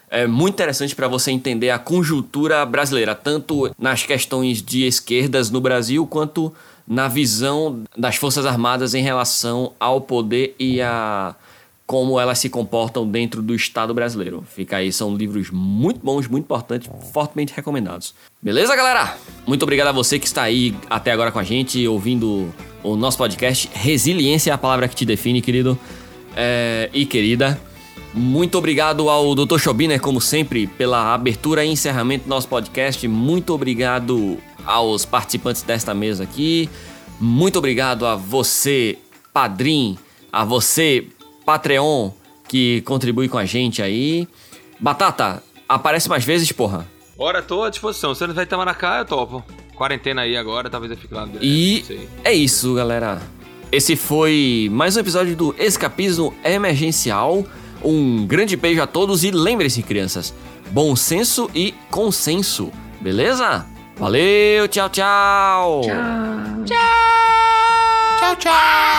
é muito interessante para você entender a conjuntura brasileira, tanto nas questões de esquerdas no Brasil, quanto na visão das Forças Armadas em relação ao poder e a como elas se comportam dentro do Estado brasileiro. Fica aí, são livros muito bons, muito importantes, fortemente recomendados. Beleza, galera? Muito obrigado a você que está aí até agora com a gente, ouvindo o nosso podcast. Resiliência é a palavra que te define, querido é, e querida. Muito obrigado ao doutor Schobiner, como sempre, pela abertura e encerramento do nosso podcast. Muito obrigado aos participantes desta mesa aqui. Muito obrigado a você, padrinho, a você, Patreon, que contribui com a gente aí. Batata, aparece mais vezes, porra. Bora, tô à disposição. Se você não vai tomar na cá, eu topo. Quarentena aí agora, talvez eu fique lá. E é isso, galera. Esse foi mais um episódio do Escapismo Emergencial. Um grande beijo a todos e lembre-se, crianças, bom senso e consenso, beleza? Valeu, tchau, tchau! Tchau! Tchau, tchau!